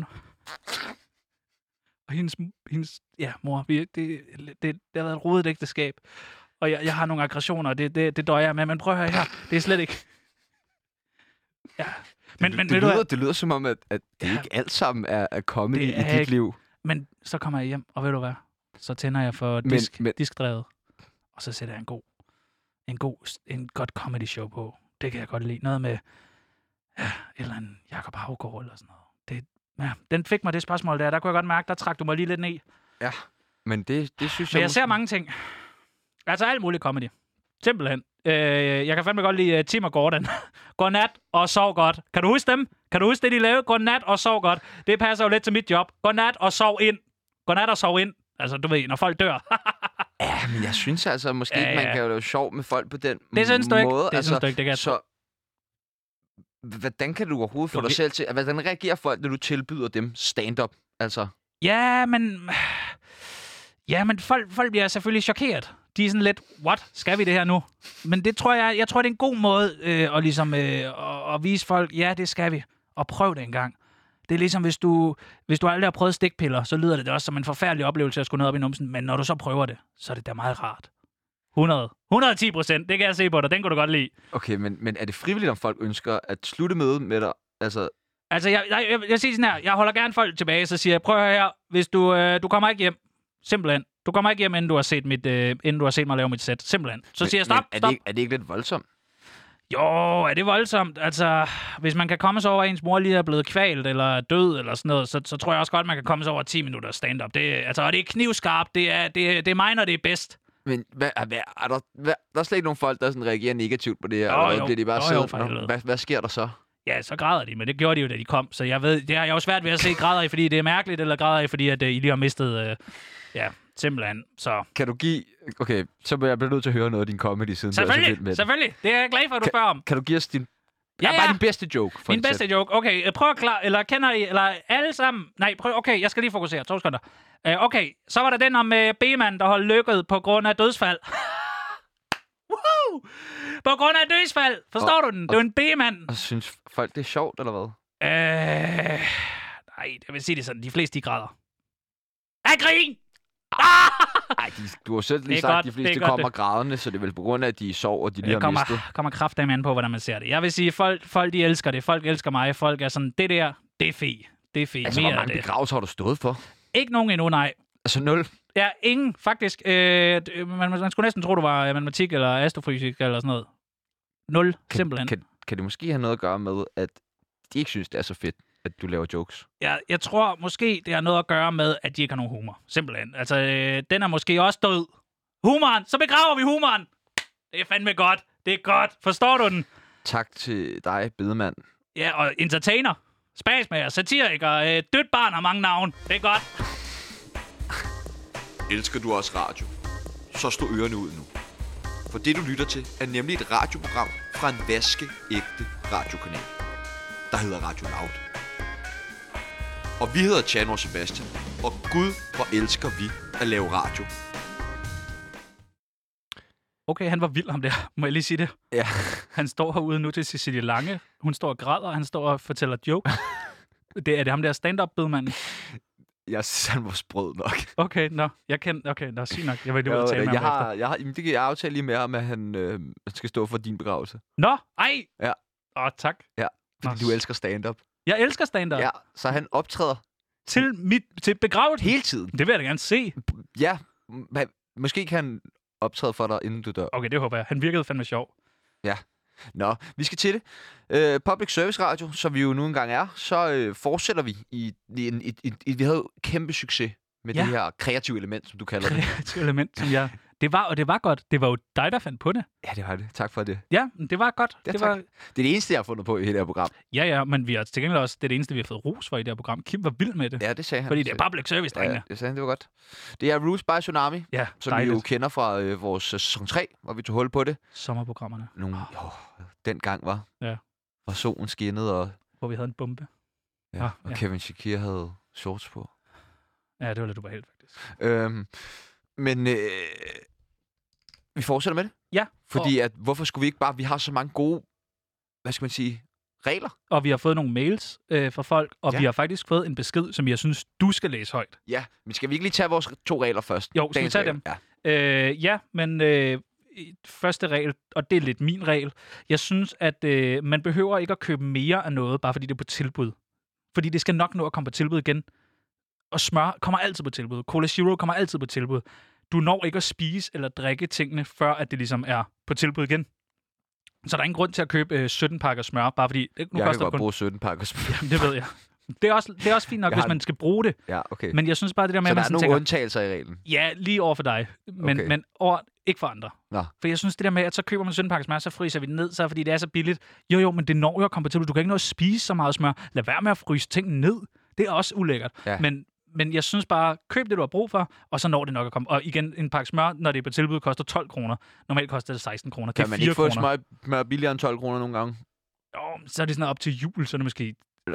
Og hendes mor. Det har været et rodet ægteskab. Og jeg har nogle aggressioner, og det døjer jeg med. Men prøv at høre her. Det er slet ikke... Ja. Det lyder som om, at det ikke alt sammen er comedy i dit liv. Men så kommer jeg hjem, og ved du hvad? Så tænder jeg for diskdrevet. Og så sætter jeg en godt comedy show på. Det kan jeg godt lide. Noget med eller en Jakob Haugaard eller sådan noget. Den fik mig det spørgsmål der. Der kunne jeg godt mærke, der trak du mig lige lidt ned. Ja, men det synes jeg... Men jeg ser mange ting. Altså alt muligt comedy. Simpelthen. Jeg kan fandme godt lide Tim og Gordon. Godnat og sov godt. Kan du huske dem? Kan du huske det, de lavede? Godnat og sov godt. Det passer jo lidt til mit job. Godnat og sov ind. Godnat og sov ind. Altså, du ved, når folk dør. Ja, men jeg synes altså måske ikke, man kan jo lave sjov med folk på den måde. Det synes du ikke. Det synes du ikke, det kan så hvordan kan du overhovedet få dig selv til... Hvordan reagerer folk, når du tilbyder dem stand-up? Altså... Ja, men folk bliver selvfølgelig chokeret. De er sådan lidt, what? Skal vi det her nu? Men det tror jeg tror, det er en god måde at vise folk, ja, det skal vi. Og prøv det engang. Det er ligesom, hvis du aldrig har prøvet stikpiller, så lyder det også som en forfærdelig oplevelse at skulle ned op i numsen. Men når du så prøver det, så er det da meget rart. 110%, det kan jeg se på dig. Den kunne du godt lide. Okay, men er det frivilligt, om folk ønsker at slutte mødet med dig? Altså, jeg siger sådan her, jeg holder gerne folk tilbage, så siger jeg, prøv at høre her, hvis du kommer ikke hjem, simpelthen. Du kommer ikke hjem, inden du har set mig lave mit sæt. Simpelthen. Så siger jeg stop. Er det ikke lidt voldsomt? Jo, er det voldsomt? Altså, hvis man kan komme sig over, at ens mor lige er blevet kvalt eller død eller sådan noget, så tror jeg også godt, man kan komme sig over 10 minutter stand-up. Og det er knivskarpt. Det er mig, når det er bedst. Men der er slet ikke nogen folk, der sådan reagerer negativt på det her? Eller bliver de bare siddet? Hvad sker der så? Ja, så græder de, men det gjorde de jo, da de kom. Så jeg ved, det har jeg jo svært ved at se, græder I, fordi det er mærkeligt, eller græder I, fordi at I lige har mistet... simpelthen. Så. Kan du give... Okay, så bliver jeg nødt til at høre noget af din comedy siden. Selvfølgelig. Det er jeg glad for, at du spørger om. Kan du give os din... bare din bedste joke. Min bedste joke. Okay, prøv at klare... Eller kender I... Eller alle sammen... Nej, prøv... Okay, jeg skal lige fokusere. 2 sekunder. Okay, så var der den om B-manden, der holdt lykket på grund af dødsfald. Woohoo! På grund af dødsfald. Forstår du den? Det er en B-mand. Og synes folk, det er sjovt, eller hvad? Nej, jeg vil sige det sådan. De fleste, de græder. Af grin! Nej, du har selv lige sagt, at de fleste kommer grædende, så det er vel på grund af, at de sover, og de lige har mistet. Kommer kraftedeme an på, hvordan man ser det. Jeg vil sige, folk de elsker det. Folk elsker mig. Folk er sådan, det der, det er fe. Det er fe. Altså, hvor mange begravelser har du stået for? Ikke nogen endnu, nej. Altså 0? Ja, ingen, faktisk. Man skulle næsten tro, du var matematik eller astrofysik eller sådan noget. 0, simpelthen. kan det måske have noget at gøre med, at de ikke synes, det er så fedt, at du laver jokes? Jeg tror måske, det har noget at gøre med, at de ikke har nogen humor. Simpelthen. Altså, den er måske også død. Humoren! Så begraver vi humoren! Det er fandme godt. Det er godt. Forstår du den? Tak til dig, bedemand. Ja, og entertainer. Spasmager, satiriker, dødt barn og mange navn. Det er godt. Elsker du også radio? Så stå ørerne ud nu. For det, du lytter til, er nemlig et radioprogram fra en vaskeægte radiokanal, der hedder Radio Loud. Og vi hedder Tjano og Sebastian, og Gud, hvor elsker vi at lave radio. Okay, han var vild ham der. Må jeg lige sige det? Ja. Han står herude nu til Cecilie Lange. Hun står og græder, og han står og fortæller jokes. Er det ham der stand-up-bedmanden? Jeg synes, han var sprød nok. Okay, sygt nok. Jeg var lige ude at tale med ham efter. Jeg aftalte lige med ham, at han skal stå for din begravelse. Nå, ej! Ja. Tak. Ja, fordi du elsker stand-up. Jeg elsker stand-up. Ja, så han optræder Til begravelsen? hele tiden. Det vil jeg da gerne se. Ja, måske kan han optræde for dig, inden du dør. Okay, det håber jeg. Han virkede fandme sjov. Ja. Nå, vi skal til det. Public Service Radio, som vi jo nu engang er, så fortsætter vi vi havde jo kæmpe succes med det her kreative element, som du kalder det. Kreative element, som jeg... Det var godt. Det var jo dig, der fandt på det. Ja, det var det. Tak for det. Ja, det var godt. Ja, det er det eneste, jeg har fundet på i det her program. Ja, men vi har til gengæld også det eneste, vi har fået ros for i det her program. Kim var vild med det. Ja, det sagde han. Fordi det er public service, drengene. Ja, det sagde han, det var godt. Det er Rules by Tsunami, som dejligt. Vi jo kender fra vores sæson 3, hvor vi tog hul på det. Sommerprogrammerne. Dengang var. Ja. Og solen skinnede, og... Hvor vi havde en bombe. Ja, og Kevin Shakir havde shorts på. Ja, det var lidt ubehageligt, faktisk. Men vi fortsætter med det. Ja. Fordi hvorfor skulle vi ikke bare... Vi har så mange gode, hvad skal man sige, regler. Og vi har fået nogle mails fra folk, og vi har faktisk fået en besked, som jeg synes, du skal læse højt. Ja, men skal vi ikke lige tage vores 2 regler først? Jo, skal vi tage dem? Ja. Men første regel, og det er lidt min regel. Jeg synes, at man behøver ikke at købe mere af noget, bare fordi det er på tilbud. Fordi det skal nok nå at komme på tilbud igen. Og smør kommer altid på tilbud. Cola Zero kommer altid på tilbud. Du når ikke at spise eller drikke tingene, før at det ligesom er på tilbud igen. Så der er ingen grund til at købe 17 pakker smør, bare fordi... Jeg kan godt bruge 17 pakker smør. Jamen, det ved jeg. Det er også fint nok, hvis man skal bruge det. Ja, okay. Men jeg synes bare, det der med, så at man der er nogle tænker, undtagelser i reglen? Ja, lige over for dig. Men ikke for andre. Nå. For jeg synes, det der med, at så køber man 17 pakker smør, så fryser vi det ned, så fordi det er så billigt. Jo, men det når jo at komme på tilbud. Du kan ikke nå at spise så meget smør. Lad være med at fryse ting ned. Det er også ulækkert. Ja. Men jeg synes bare, køb det, du har brug for, og så når det nok at komme. Og igen, en pakke smør, når det er på tilbud, koster 12 kroner. Normalt koster det 16 kroner. Kan man ikke få smør billigere end 12 kroner nogle gange? Jo, så er det sådan op til jul, så er det måske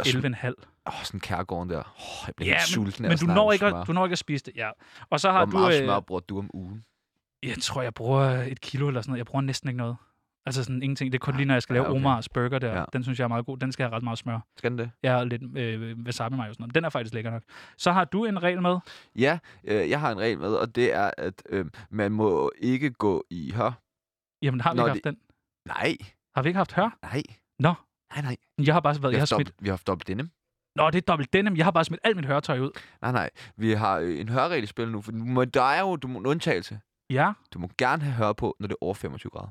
11,5. Sådan Kærgården der. Jeg bliver helt sulten. Men du når ikke at spise det. Ja. Og så har Hvor meget smør bruger du om ugen? Jeg tror, jeg bruger 1 kilo eller sådan noget. Jeg bruger næsten ikke noget. Altså sådan ingenting. Det er kun lige, når jeg skal lave Omars burger der. Ja. Den synes jeg er meget god. Den skal have ret meget smør. Skal den det? Jeg har lidt wasabi mig og sådan noget. Den er faktisk lækker nok. Så har du en regel med? Ja, jeg har en regel med, og det er, at man må ikke gå i hør. Jamen, har vi ikke haft den? Nej. Har vi ikke haft hør? Nej. Nå. Nej. Jeg har bare været... Vi har haft dobbelt denim. Nå, det er dobbelt denim. Jeg har bare smidt alt mit hørtøj ud. Nej. Vi har en hørregel i spil nu, for der er jo en undtagelse. Ja. Du må gerne have hør på, når det er over 25 grader.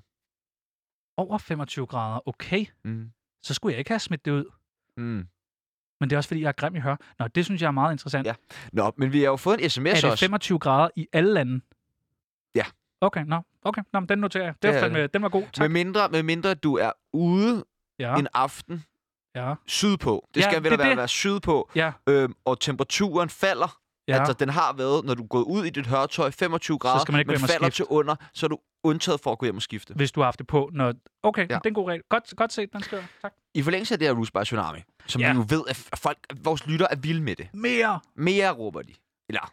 Over 25 grader, okay. Så skulle jeg ikke have smidt det ud. Men det er også, fordi jeg er grim i hør. Nå, det synes jeg er meget interessant. Ja. Nå, men vi har jo fået en sms også. Er det 25 grader i alle lande? Ja. Okay, nå, men den noterer jeg. Den var god, tak. Med mindre du er ude en aften sydpå. Det skal vel være sydpå. Ja. Og temperaturen falder. Ja. Altså, den har været, når du går ud i dit hørtøj, 25 grader, så skal man ikke men falder til under, så er du undtaget for at gå hjem og skifte. Hvis du har haft det på, når... Okay, det er en god regel. Godt set, den skriver. Tak. I forlængelse af det her Rules by Tsunami, som vi jo ved, at vores lytter er vilde med det. Mere råber de.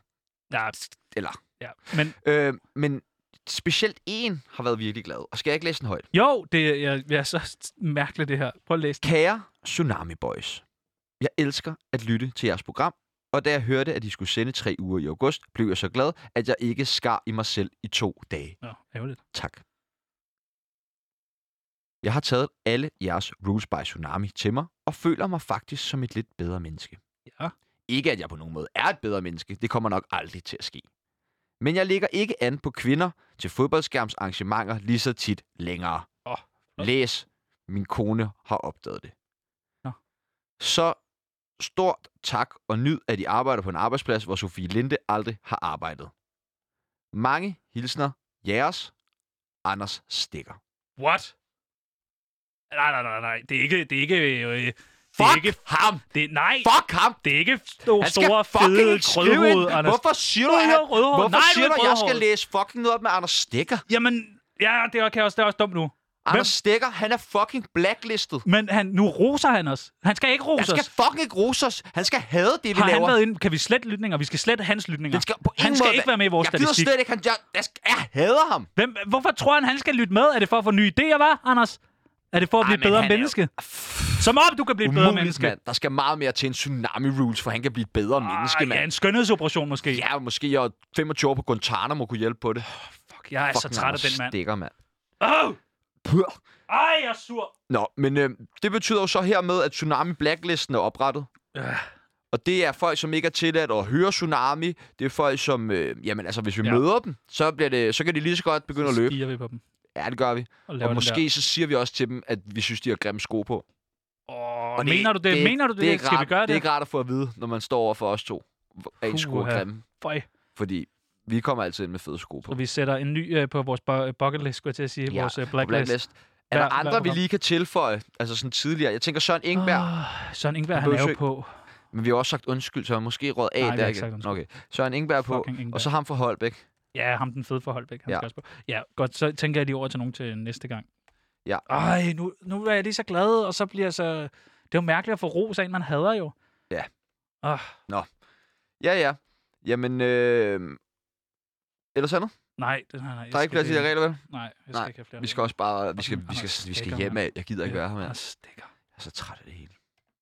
Eller. Ja, men specielt en har været virkelig glad. Og skal jeg ikke læse den højt? Jo, det er så mærkeligt det her. Prøv at læse den. Kære Tsunami Boys, jeg elsker at lytte til jeres program. Og da jeg hørte, at de skulle sende 3 uger i august, blev jeg så glad, at jeg ikke skar i mig selv i 2 dage. Ja, ærgerligt. Tak. Jeg har taget alle jeres Rules by Tsunami til mig, og føler mig faktisk som et lidt bedre menneske. Ja. Ikke, at jeg på nogen måde er et bedre menneske. Det kommer nok aldrig til at ske. Men jeg lægger ikke an på kvinder til fodboldskærmsarrangementer lige så tit længere. Læs min kone har opdaget det. Nå. Så stort tak og nyd, at I arbejder på en arbejdsplads, hvor Sofie Linde aldrig har arbejdet. Mange hilsner, jeres Anders Stikker. What? Nej. Det er ikke... Fuck ham! Nej, Fuck ham! det er ikke Han skal store, fucking fede ikke skrive rødhoved, ind. Anders. Hvorfor siger du, at jeg skal læse fucking noget op med Anders Stikker? Jamen, ja, det er også dumt nu. Anders Stikker, han er fucking blacklistet. Men nu roser han os. Han skal ikke rose os. Han skal fucking ikke rose os. Han skal hade det, vi Har laver. han været inde? Kan vi slette lytninger? Vi skal slette hans lytninger. Den skal på ingen Han skal måde ikke være med i vores statistik. Jeg gider slet ikke. Jeg hader ham. Hvorfor tror han skal lytte med? Er det for at få nye idéer, hva', Anders? Er det for at blive bedre menneske? Som om du kan blive et bedre menneske. Mand. Der skal meget mere til en tsunami rules, for han kan blive et bedre menneske, mand. Ja, en skønhedsoperation måske. Ja, måske jeg 25 år på Guantanamo kunne hjælpe på det. Fuck, jeg er så træt af den mand. Stikker, mand. Ej, jeg er sur. Nå, men det betyder jo så hermed, at Tsunami Blacklisten er oprettet. Og det er folk, som ikke er tilladt at høre Tsunami. Det er folk, som... jamen, altså, hvis vi møder dem, så kan de lige så godt begynde at løbe. Så spiger vi på dem. Ja, det gør vi. Og måske så siger vi også til dem, at vi synes, de har grimme sko på. Mener du det? Mener du det? Skal vi gøre det? Det er ikke rart at få at vide, når man står over for os to. Er en sko grimme? Fordi vi kommer altid ind med fede sko på. Så vi sætter en ny på vores bucket list, skulle jeg til at sige. Vores blacklist. Er der andre, vi lige kan tilføje? Altså sådan tidligere. Jeg tænker Søren Ingberg. Søren Ingberg, han er jo på. Men vi har også sagt undskyld, så han måske råd af. Nej, der ikke. Okay. Søren Ingberg på, og så ham fra Holbæk. Ja, ham den fede for Holbæk. Han skal også på. Ja, godt. Så tænker jeg lige over til nogen til næste gang. Ja. Ej, nu er jeg lige så glad, og så bliver så... Det er jo mærkeligt at få ros af en, man hader jo. Ja. Nå. Ja. Jamen, ellers andet? Nej. Der er ikke flere af de der regler, vel? Nej, jeg skal ikke have flere. Vi skal også bare... Vi skal hjem af. Jeg gider ikke være her, mand. Jeg er så træt af det hele.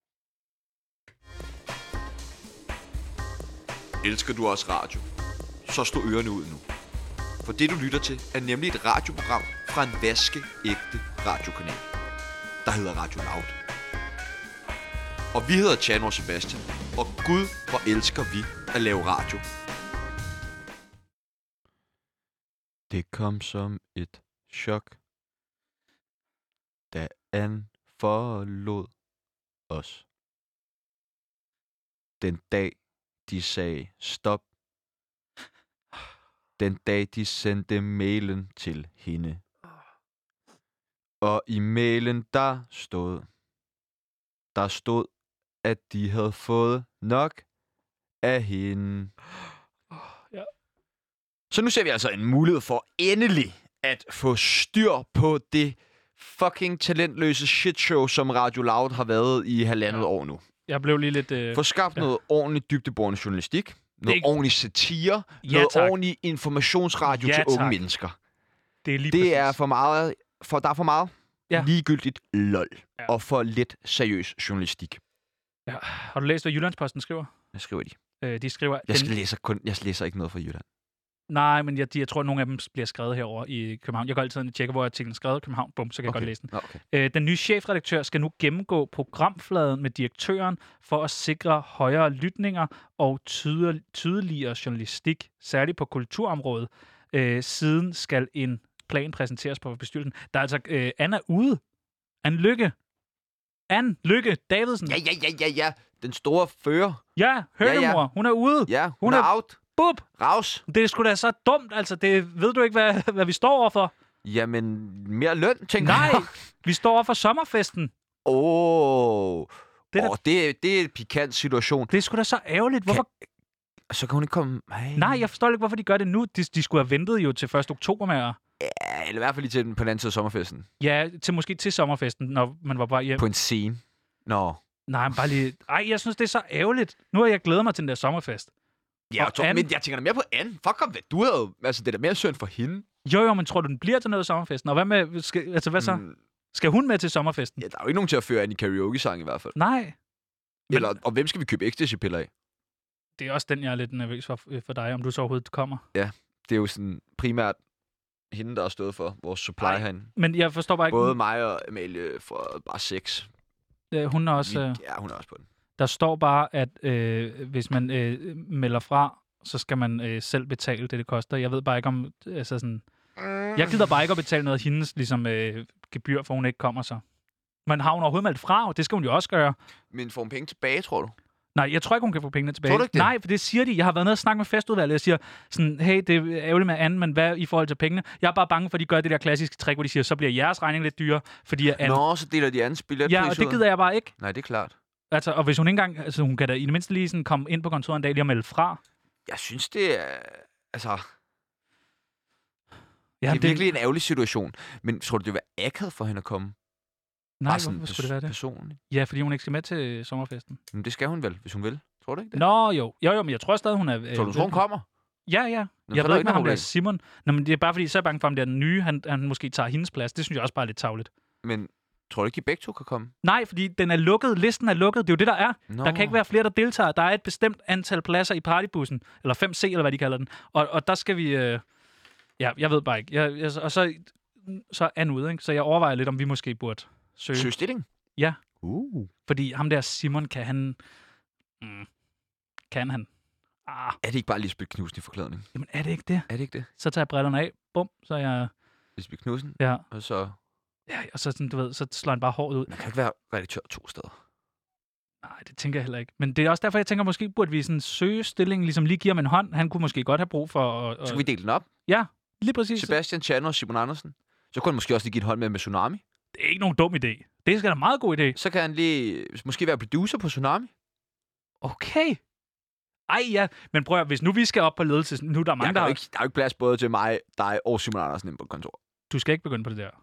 Elsker du også radio? Så stå ørerne ud nu. For det, du lytter til, er nemlig et radioprogram fra en vaskeægte radiokanal, der hedder Radio Loud. Og vi hedder Tjano og Sebastian, og Gud, hvor elsker vi at lave radio. Det kom som et chok, da Ann forlod os. Den dag, de sagde stop. Den dag, de sendte mailen til hende. Og i mailen, der stod, at de havde fået nok af hende. Ja. Så nu ser vi altså en mulighed for endelig at få styr på det fucking talentløse shitshow, som Radio Loud har været i 1,5 år nu. Jeg blev lige lidt... Få skabt noget ordentligt dybdeborende journalistik. Noget ordentlig satire. Noget ordentlig informationsradio til unge mennesker. Det er for meget... Der er for meget ligegyldigt lol. Ja. Og for lidt seriøs journalistik. Ja. Har du læst, hvad Jyllandsposten skriver? Hvad skriver de? De skriver... Jeg læser ikke noget fra Jylland. Nej, men jeg tror, at nogle af dem bliver skrevet herover i København. Jeg går altid ind og tjekker, hvor artiklen er skrevet i København. Bum, så kan jeg godt læse den. Okay. Den nye chefredaktør skal nu gennemgå programfladen med direktøren for at sikre højere lytninger og tydeligere journalistik, særligt på kulturområdet. Siden skal en plan præsenteres på bestyrelsen. Der er altså Anna ude. Ann Lykke Davidsen. Ja. Den store fører. Ja, hønemor. Hun er ude. Ja, hun er out. Bup! Raus. Det er sgu da så dumt, altså. Det ved du ikke, hvad vi står overfor. Jamen, mere løn, tænker jeg. Nej, vi står overfor sommerfesten. Det er en pikant situation. Det er sgu da så ærgerligt. Hvorfor? Så kan hun ikke komme... Nej, jeg forstår ikke, hvorfor de gør det nu. De skulle have ventet jo til 1. oktober med Ja, eller i hvert fald lige til på den anden side af sommerfesten. Ja, måske til sommerfesten, når man var bare hjem. På en scene. Nej, bare lige... jeg synes, det er så ærgerligt. Nu har jeg glædet mig til den der sommerfest. Ja, men jeg tænker da mere på Ann. Fuck om det. Du havde jo... Altså, det er da mere synd for hende. Jo, men tror du, den bliver til noget sommerfesten? Og hvad med... hvad så? Skal hun med til sommerfesten? Ja, der er jo ikke nogen til at føre Ann i karaoke-sang i hvert fald. Nej. Og hvem skal vi købe ecstasy-piller af? Det er også den, jeg er lidt nervøs for dig, om du så overhovedet kommer. Ja, det er jo sådan primært hende, der har stået for vores supply herinde. Men jeg forstår bare ikke... Både mig og Amalie får bare sex. Hun er også... Ja, hun er også på den. Der står bare, at hvis man melder fra, så skal man selv betale det koster. Jeg ved bare ikke om... Altså sådan, jeg gider bare ikke at betale noget af hendes ligesom, gebyr, for hun ikke kommer så. Men har hun overhovedet meldt fra? Det skal hun jo også gøre. Men får hun penge tilbage, tror du? Nej, jeg tror ikke, hun kan få pengene tilbage. Tror du ikke det? Nej, for det siger de. Jeg har været nede og snakke med festudvalget. Jeg siger sådan, hey, det er ærgerligt med Anne, men hvad i forhold til pengene? Jeg er bare bange for, at de gør det der klassiske trick, hvor de siger, så bliver jeres regning lidt dyrere, fordi Anne... Nå, så deler de andens billetpris ud. Ja, og det gider jeg bare ikke. Nej, det er klart. Altså, og hvis hun ikke engang... Altså, hun kan da i det mindste lige sådan komme ind på kontoret en dag lige og melde fra. Jeg synes, det er... Altså... Ja, det er virkelig en ærgerlig situation. Men tror du, det vil være akavet for hende at komme? Nej, hvorfor skulle det være det? Personligt. Ja, fordi hun ikke skal med til sommerfesten. Men det skal hun vel, hvis hun vil. Tror du ikke det? Nå, jo, men jeg tror stadig, hun er... Tror du, hun kommer? Ja. Nå, Jeg så er ved der ikke med ham der problem. Simon. Nå, men det er bare fordi, så er jeg bange for, om det er den nye, han måske tager hendes plads. Det synes jeg også bare er lidt tarveligt. Men tror du ikke, de begge to kan komme? Nej, fordi den er lukket. Listen er lukket. Det er jo det, der er. Nå. Der kan ikke være flere, der deltager. Der er et bestemt antal pladser i partybussen. Eller 5C, eller hvad de kalder den. Og der skal vi... Ja, jeg ved bare ikke. Og så er Anne ude, ikke? Så jeg overvejer lidt, om vi måske burde søge. Stilling? Ja. Fordi ham der Simon, kan han... Kan han? Er det ikke bare Lisbeth Knudsen i forklædning? Jamen, er det ikke det? Er det ikke det? Så tager jeg brillerne af. Bum, så er jeg... Lisbeth Knudsen? Ja. Og så... Ja, og så, sådan, du ved, så slår han bare hårdt ud. Man kan ikke være redaktør 2 steder. Nej, det tænker jeg heller ikke. Men det er også derfor, jeg tænker, måske burde vi sådan søge stillingen, ligesom lige give ham en hånd. Han kunne måske godt have brug for at... Skal vi dele den op? Ja, lige præcis. Sebastian Tjano og Simon Andersen. Så kunne han måske også lige give et hånd med Tsunami. Det er ikke nogen dum idé. Det er sgu da en meget god idé. Så kan han lige måske være producer på Tsunami. Okay. Ej, ja. Men prøv at, hvis nu vi skal op på ledelse, nu er der mange, der er jo ikke plads både til mig, dig og Simon Andersen inde på kontor. Du skal ikke begynde på det der.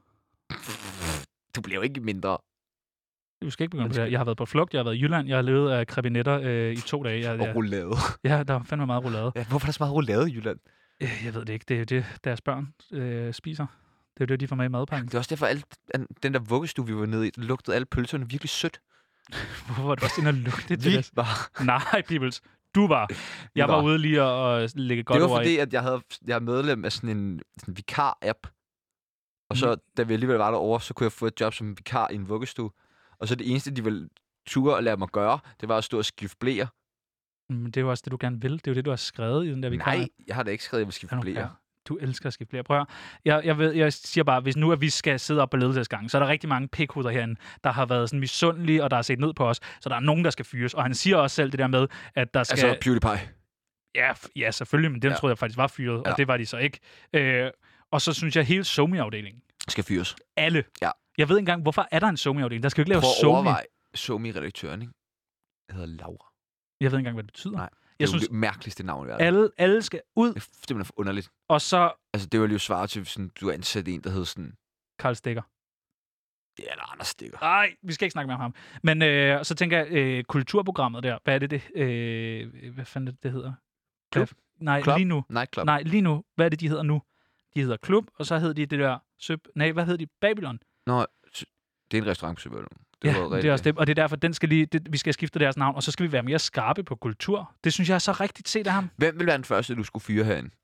Du bliver jo ikke mindre. Du skal ikke begynde på det der. Jeg har været på flugt, jeg har været i Jylland, jeg har levet af krebinetter i 2 dage. Og roulade. Ja, der var fandme meget roulade. Ja, hvorfor er der så meget roulade i Jylland? Jeg ved det ikke. Det er jo det, deres børn spiser. Det er jo det, de får med i madpakken. Det er også derfor, den der vuggestue, vi var nede i, lugtede alle pølserne virkelig sødt. Hvorfor var du også inde og lugte til Vi det? var. Nej, Pibels. Du var. Jeg var ude lige og lægge godt ord i. Det var fordi, at jeg er medlem af sådan en vikar-app. Og så, da vi alligevel var derovre, så kunne jeg få et job som vikar i en vuggestue. Og så det eneste, de ville ture og lade mig gøre, det var at stå og skifte blæer. Men det er jo også det, du gerne vil. Det er jo det, du har skrevet i den der vikar. Nej, jeg har da ikke skrevet, at jeg vil skifte blæer. Ja. Du elsker at skifte blæer. Prøv at jeg siger bare, hvis nu at vi skal sidde op på ledelsesgangen, så er der rigtig mange pikhuder herinde, der har været sådan misundelige, og der har set ned på os. Så der er nogen, der skal fyres. Og han siger også selv det der med, at der skal... Altså PewDiePie. Ja, selvfølgelig, men den troede jeg faktisk var fyret, og det var de så ikke. Og så synes jeg, at hele SoMe-afdelingen skal fyres. Alle. Ja. Jeg ved ikke engang, hvorfor er der en SoMe-afdeling? Der skal jo ikke lave SoMe. SoMe. Prøv at overveje SoMe-redaktøren, ikke? Jeg hedder Laura. Jeg ved ikke engang, hvad det betyder. Nej. Jeg synes, synes, det mærkeligste navn i verden. Alle skal ud. Det er simpelthen for underligt. Og så... Altså, det var jo svare til, sådan, du har ansat en, der hed sådan... Karl Stikker. Ja, eller Anders Stikker. Nej, vi skal ikke snakke med ham. Men så tænker jeg, kulturprogrammet der, hvad er det? Hvad fanden det hedder? Klub? Nej, Club? lige nu. Nightclub? Nej, lige nu. Hvad er det, de hedder nu? De hedder Klub, og så hedder de det der... hvad hedder de? Babylon. Nå, det er en restaurant på Søvælden. Det er også det, og det er derfor, vi skal skifte deres navn, og så skal vi være mere skarpe på kultur. Det synes jeg er så rigtigt set af ham. Hvem vil være den første, du skulle fyre herinde?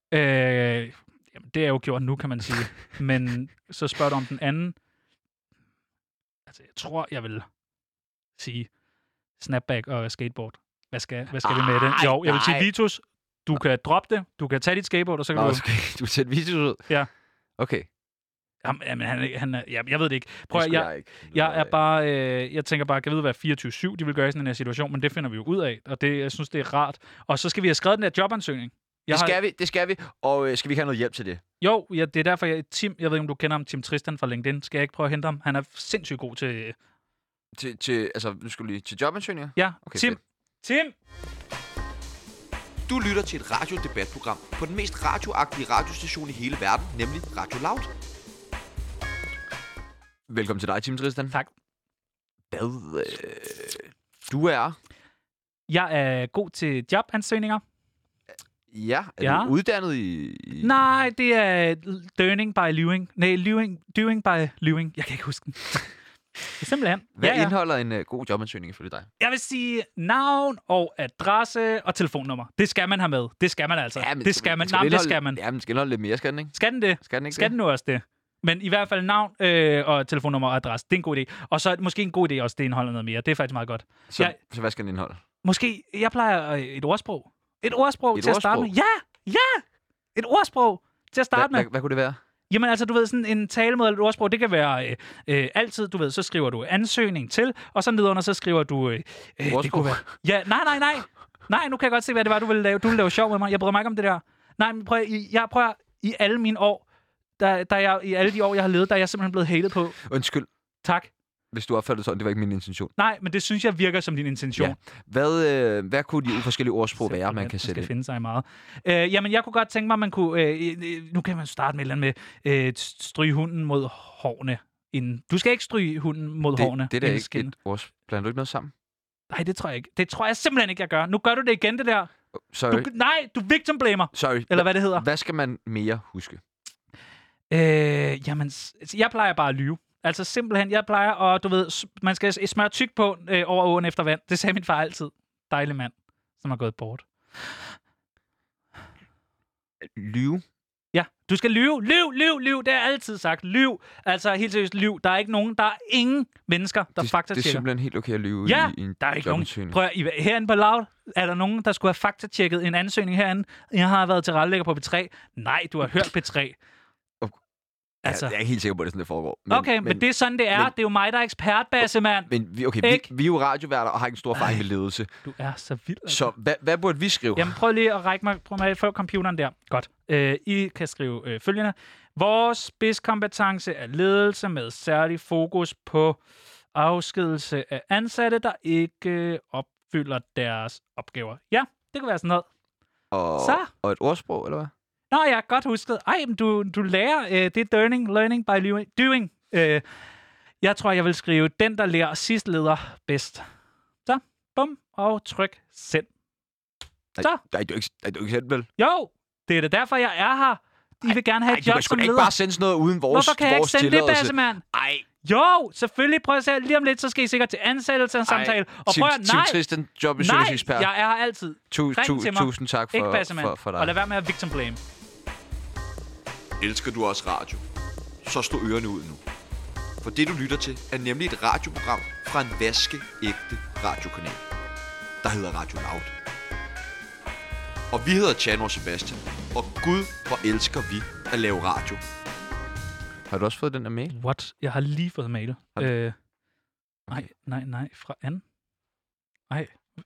Jamen, det er jo gjort nu, kan man sige. Men så spørger du om den anden. Altså, jeg tror, jeg vil sige snapback og skateboard. Hvad skal vi med det? Jo, jeg vil sige Vitus. Du kan droppe det. Du kan tage dit skateboard, og så kan du sætter Vitus ud? Ja. Okay. Jamen, han er, jeg ved det ikke. Prøv at, jeg er bare, jeg tænker bare, kan jeg vide, hvad 24/7 de vil gøre i sådan en her situation, men det finder vi jo ud af, og det, jeg synes, det er rart. Og så skal vi have skrevet den der jobansøgning. Det skal vi, og skal vi ikke have noget hjælp til det? Jo, ja, det er derfor, jeg ved ikke, om du kender ham, Tim Tristan fra LinkedIn. Skal jeg ikke prøve at hente ham? Han er sindssygt god til... Altså, nu skal du lige til jobansøgninger? Ja, okay, Tim! Du lytter til et radiodebatprogram på den mest radioagtige radiostation i hele verden, nemlig Radio Loud. Velkommen til dig, Tim Tristan. Tak. Hvad du er? Jeg er god til jobansøgninger. Ja, er du uddannet i... Nej, det er learning by living. Nej, doing by living. Jeg kan ikke huske den. Simpelthen. Hvad indeholder en god jobansøgning ifølge dig? Jeg vil sige navn og adresse og telefonnummer. Det skal man have med. Det skal man altså. Ja, men det skal man. Det skal man. Ja, men skal indeholde lidt mere, skal den ikke? Skal den det? Skal den nu også det? Men i hvert fald navn og telefonnummer og adresse. Det er en god idé. Og så måske en god idé også, det indeholder noget mere. Det er faktisk meget godt. Så hvad skal den indeholde? Måske, jeg plejer et ordsprog. Et ordsprog til at starte med. Ja! Et ordsprog til at starte med. Hvad kunne det være? Jamen altså, du ved, sådan en talemåde eller et ordsprog, det kan være altid, du ved, så skriver du ansøgning til, og så nedenunder, så skriver du... det kunne være... Ja, nej. Nej, nu kan jeg godt se, hvad det var, du ville lave. Du ville lave sjov med mig. Jeg bryder mig ikke om det der. Nej, men jeg prøver i alle mine år, i alle de år, jeg har levet, der er jeg simpelthen blevet hatet på. Undskyld. Tak. Hvis du opfatter det sådan, det var ikke min intention. Nej, men det synes jeg virker som din intention. Ja. Hvad kunne de forskellige ordsprog være, man kan sætte ind? Finde sig meget. Jamen, jeg kunne godt tænke mig, man kunne... nu kan man starte med et eller andet med stryge hunden mod hårene. Du skal ikke stryge hunden mod hårene. Det er da ikke et ordsprog. Blander du ikke noget sammen? Nej, det tror jeg ikke. Det tror jeg simpelthen ikke, jeg gør. Nu gør du det igen, det der. Sorry. Du victim blamer. Sorry. Eller hvad det hedder. Hvad skal man mere huske? Jamen, jeg plejer bare at lyve. Altså simpelthen, jeg plejer, og du ved, man skal smøre tyk på over åen efter vand. Det sagde min far altid. Dejlig mand, som har gået bort. Lyve? Ja, du skal lyve. Lyv. Det har jeg altid sagt. Lyv. Altså helt seriøst, lyv. Der er ingen mennesker, der faktatjekker. Det er simpelthen helt okay at lyve i en der er ikke nogen. Prøv at, herinde på Loud, er der nogen, der skulle have faktatjekket en ansøgning herinde? Jeg har været tilrettelægger på P3. Nej, du har hørt P3. Altså. Jeg er ikke helt sikker på, at det sådan, det foregår. Men det er sådan, det er. Det er jo mig, der er ekspert, Bassemand. Men vi er jo radioværter og har ikke en stor erfaring med ledelse. Du er så vild. Altså. Så hvad burde vi skrive? Jamen, prøv lige at række mig. Prøv at få computeren der. Godt. I kan skrive følgende. Vores spidskompetence er ledelse med særlig fokus på afskedelse af ansatte, der ikke opfylder deres opgaver. Ja, det kunne være sådan noget. Og et ordsprog, eller hvad? Nå ja, godt husket. Ej, men du lærer. Det er learning by doing. Jeg tror, jeg vil skrive, den, der lærer sidst leder bedst. Så, bum, og tryk send. Så. Nej, du er ikke sendt, vel? Jo, det er det derfor, jeg er her. I vil gerne have et job som leder. Du kan ikke bare sende sådan noget uden vores tilladelse. Hvorfor kan jeg ikke sende det, Bassemand? Ej. Jo, selvfølgelig. Prøv at se, lige om lidt, så skal I sikkert til ansættelsessamtale. Og prøv at, nej, Tristan, jobbesøgningsekspert. Nej, jeg er her altid. Tusind tak for dig. Og lad være med at victim blame. Elsker du også radio? Så stå ørerne ud nu. For det, du lytter til, er nemlig et radioprogram fra en vaskeægte radiokanal, der hedder Radio Loud. Og vi hedder Tjano og Sebastian, og Gud, hvor elsker vi at lave radio. Har du også fået den der mail? What? Jeg har lige fået mail. Okay. Nej, fra Anne. Nej.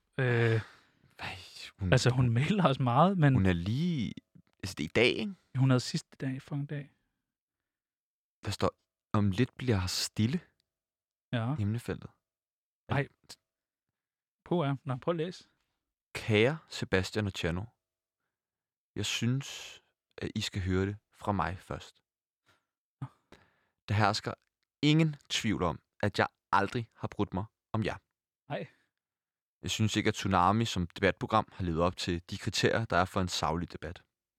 Altså, hun mailer os meget, men... Hun er lige... Altså, det er i dag, ikke? Hun havde sidste dag, for en dag. Der står, om lidt bliver her stille. Ja. Himmelfeltet. Nej. Prøv at læse. Kære Sebastian og Tjano, jeg synes, at I skal høre det fra mig først. Der hersker ingen tvivl om, at jeg aldrig har brudt mig om jer. Nej. Jeg synes ikke, at Tsunami som debatprogram har levet op til de kriterier, der er for en saglig debat.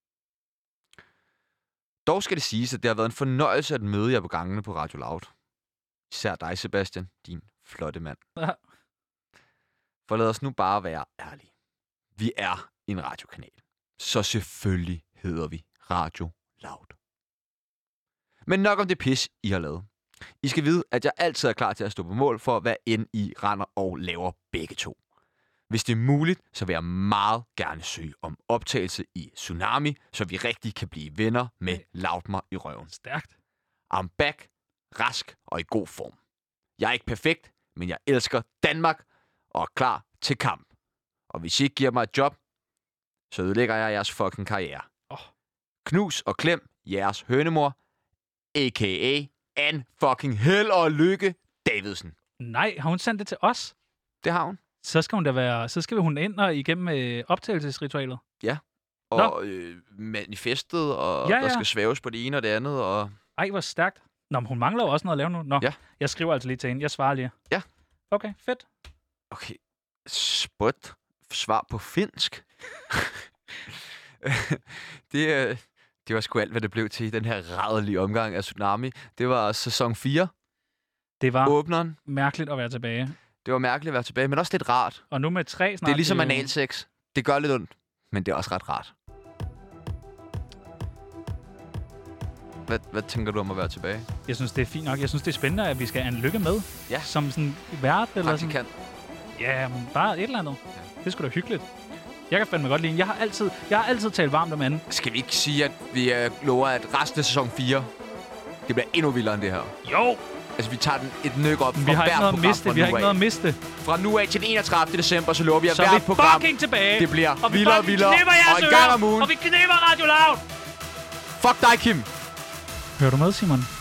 Dog skal det siges, at det har været en fornøjelse at møde jer på gangene på Radio Loud. Især dig, Sebastian, din flotte mand. Ja. For lad os nu bare være ærlige. Vi er en radiokanal. Så selvfølgelig hedder vi Radio Loud. Men nok om det pis, I har lavet. I skal vide, at jeg altid er klar til at stå på mål for, hvad end I render og laver begge to. Hvis det er muligt, så vil jeg meget gerne søge om optagelse i Tsunami, så vi rigtig kan blive venner med Loud mig i røven. Stærkt. I'm back, rask og i god form. Jeg er ikke perfekt, men jeg elsker Danmark og er klar til kamp. Og hvis I ikke giver mig et job, så ødelægger jeg jeres fucking karriere. Knus og klem jeres hønemor, a.k.a. Anne fucking Held og Lykke Davidsen. Nej, har hun sendt det til os? Det har hun. Så skal hun ind og igennem optagelsesritualet. Ja. Og manifestet, og der skal svæves på det ene og det andet. Og... Ej, hvor stærkt. Nå, men hun mangler jo også noget at lave nu. Nå, ja. Jeg skriver altså lige til hende. Jeg svarer lige. Ja. Okay, fedt. Okay. Spot. Svar på finsk. Det var sgu alt, hvad det blev til i den her rædelige omgang af Tsunami. Det var sæson 4. Det var åbneren. Mærkeligt at være tilbage. Det var mærkeligt at være tilbage, men også lidt rart. Og nu med 3 snart. Det er ligesom analsex. Det gør lidt ondt, men det er også ret rart. Hvad tænker du om at være tilbage? Jeg synes, det er fint nok. Jeg synes, det er spændende, at vi skal have en Lykke med. Ja. Som sådan vært eller praktikant. Sådan. Ja, men bare et eller andet. Ja. Det er sgu da hyggeligt. Jeg kan fandme godt lide hende. Jeg har altid talt varmt om Anne. Skal vi ikke sige, at vi lover, at resten af sæson 4, det bliver endnu vildere end det her? Jo! Altså, vi tager den et nyk op fra Vi har ikke hvert noget at program miste. fra Vi har nu ikke af. noget at miste. Fra nu af til den 31. december, så lover vi, at Så er hvert vi program, fucking tilbage. det bliver Og vi vildere og fucking vildere. knipper jeres Og en gang ører. om ugen. Og vi knipper Radio Loud. Fuck dig, Kim. Hører du med, Simon?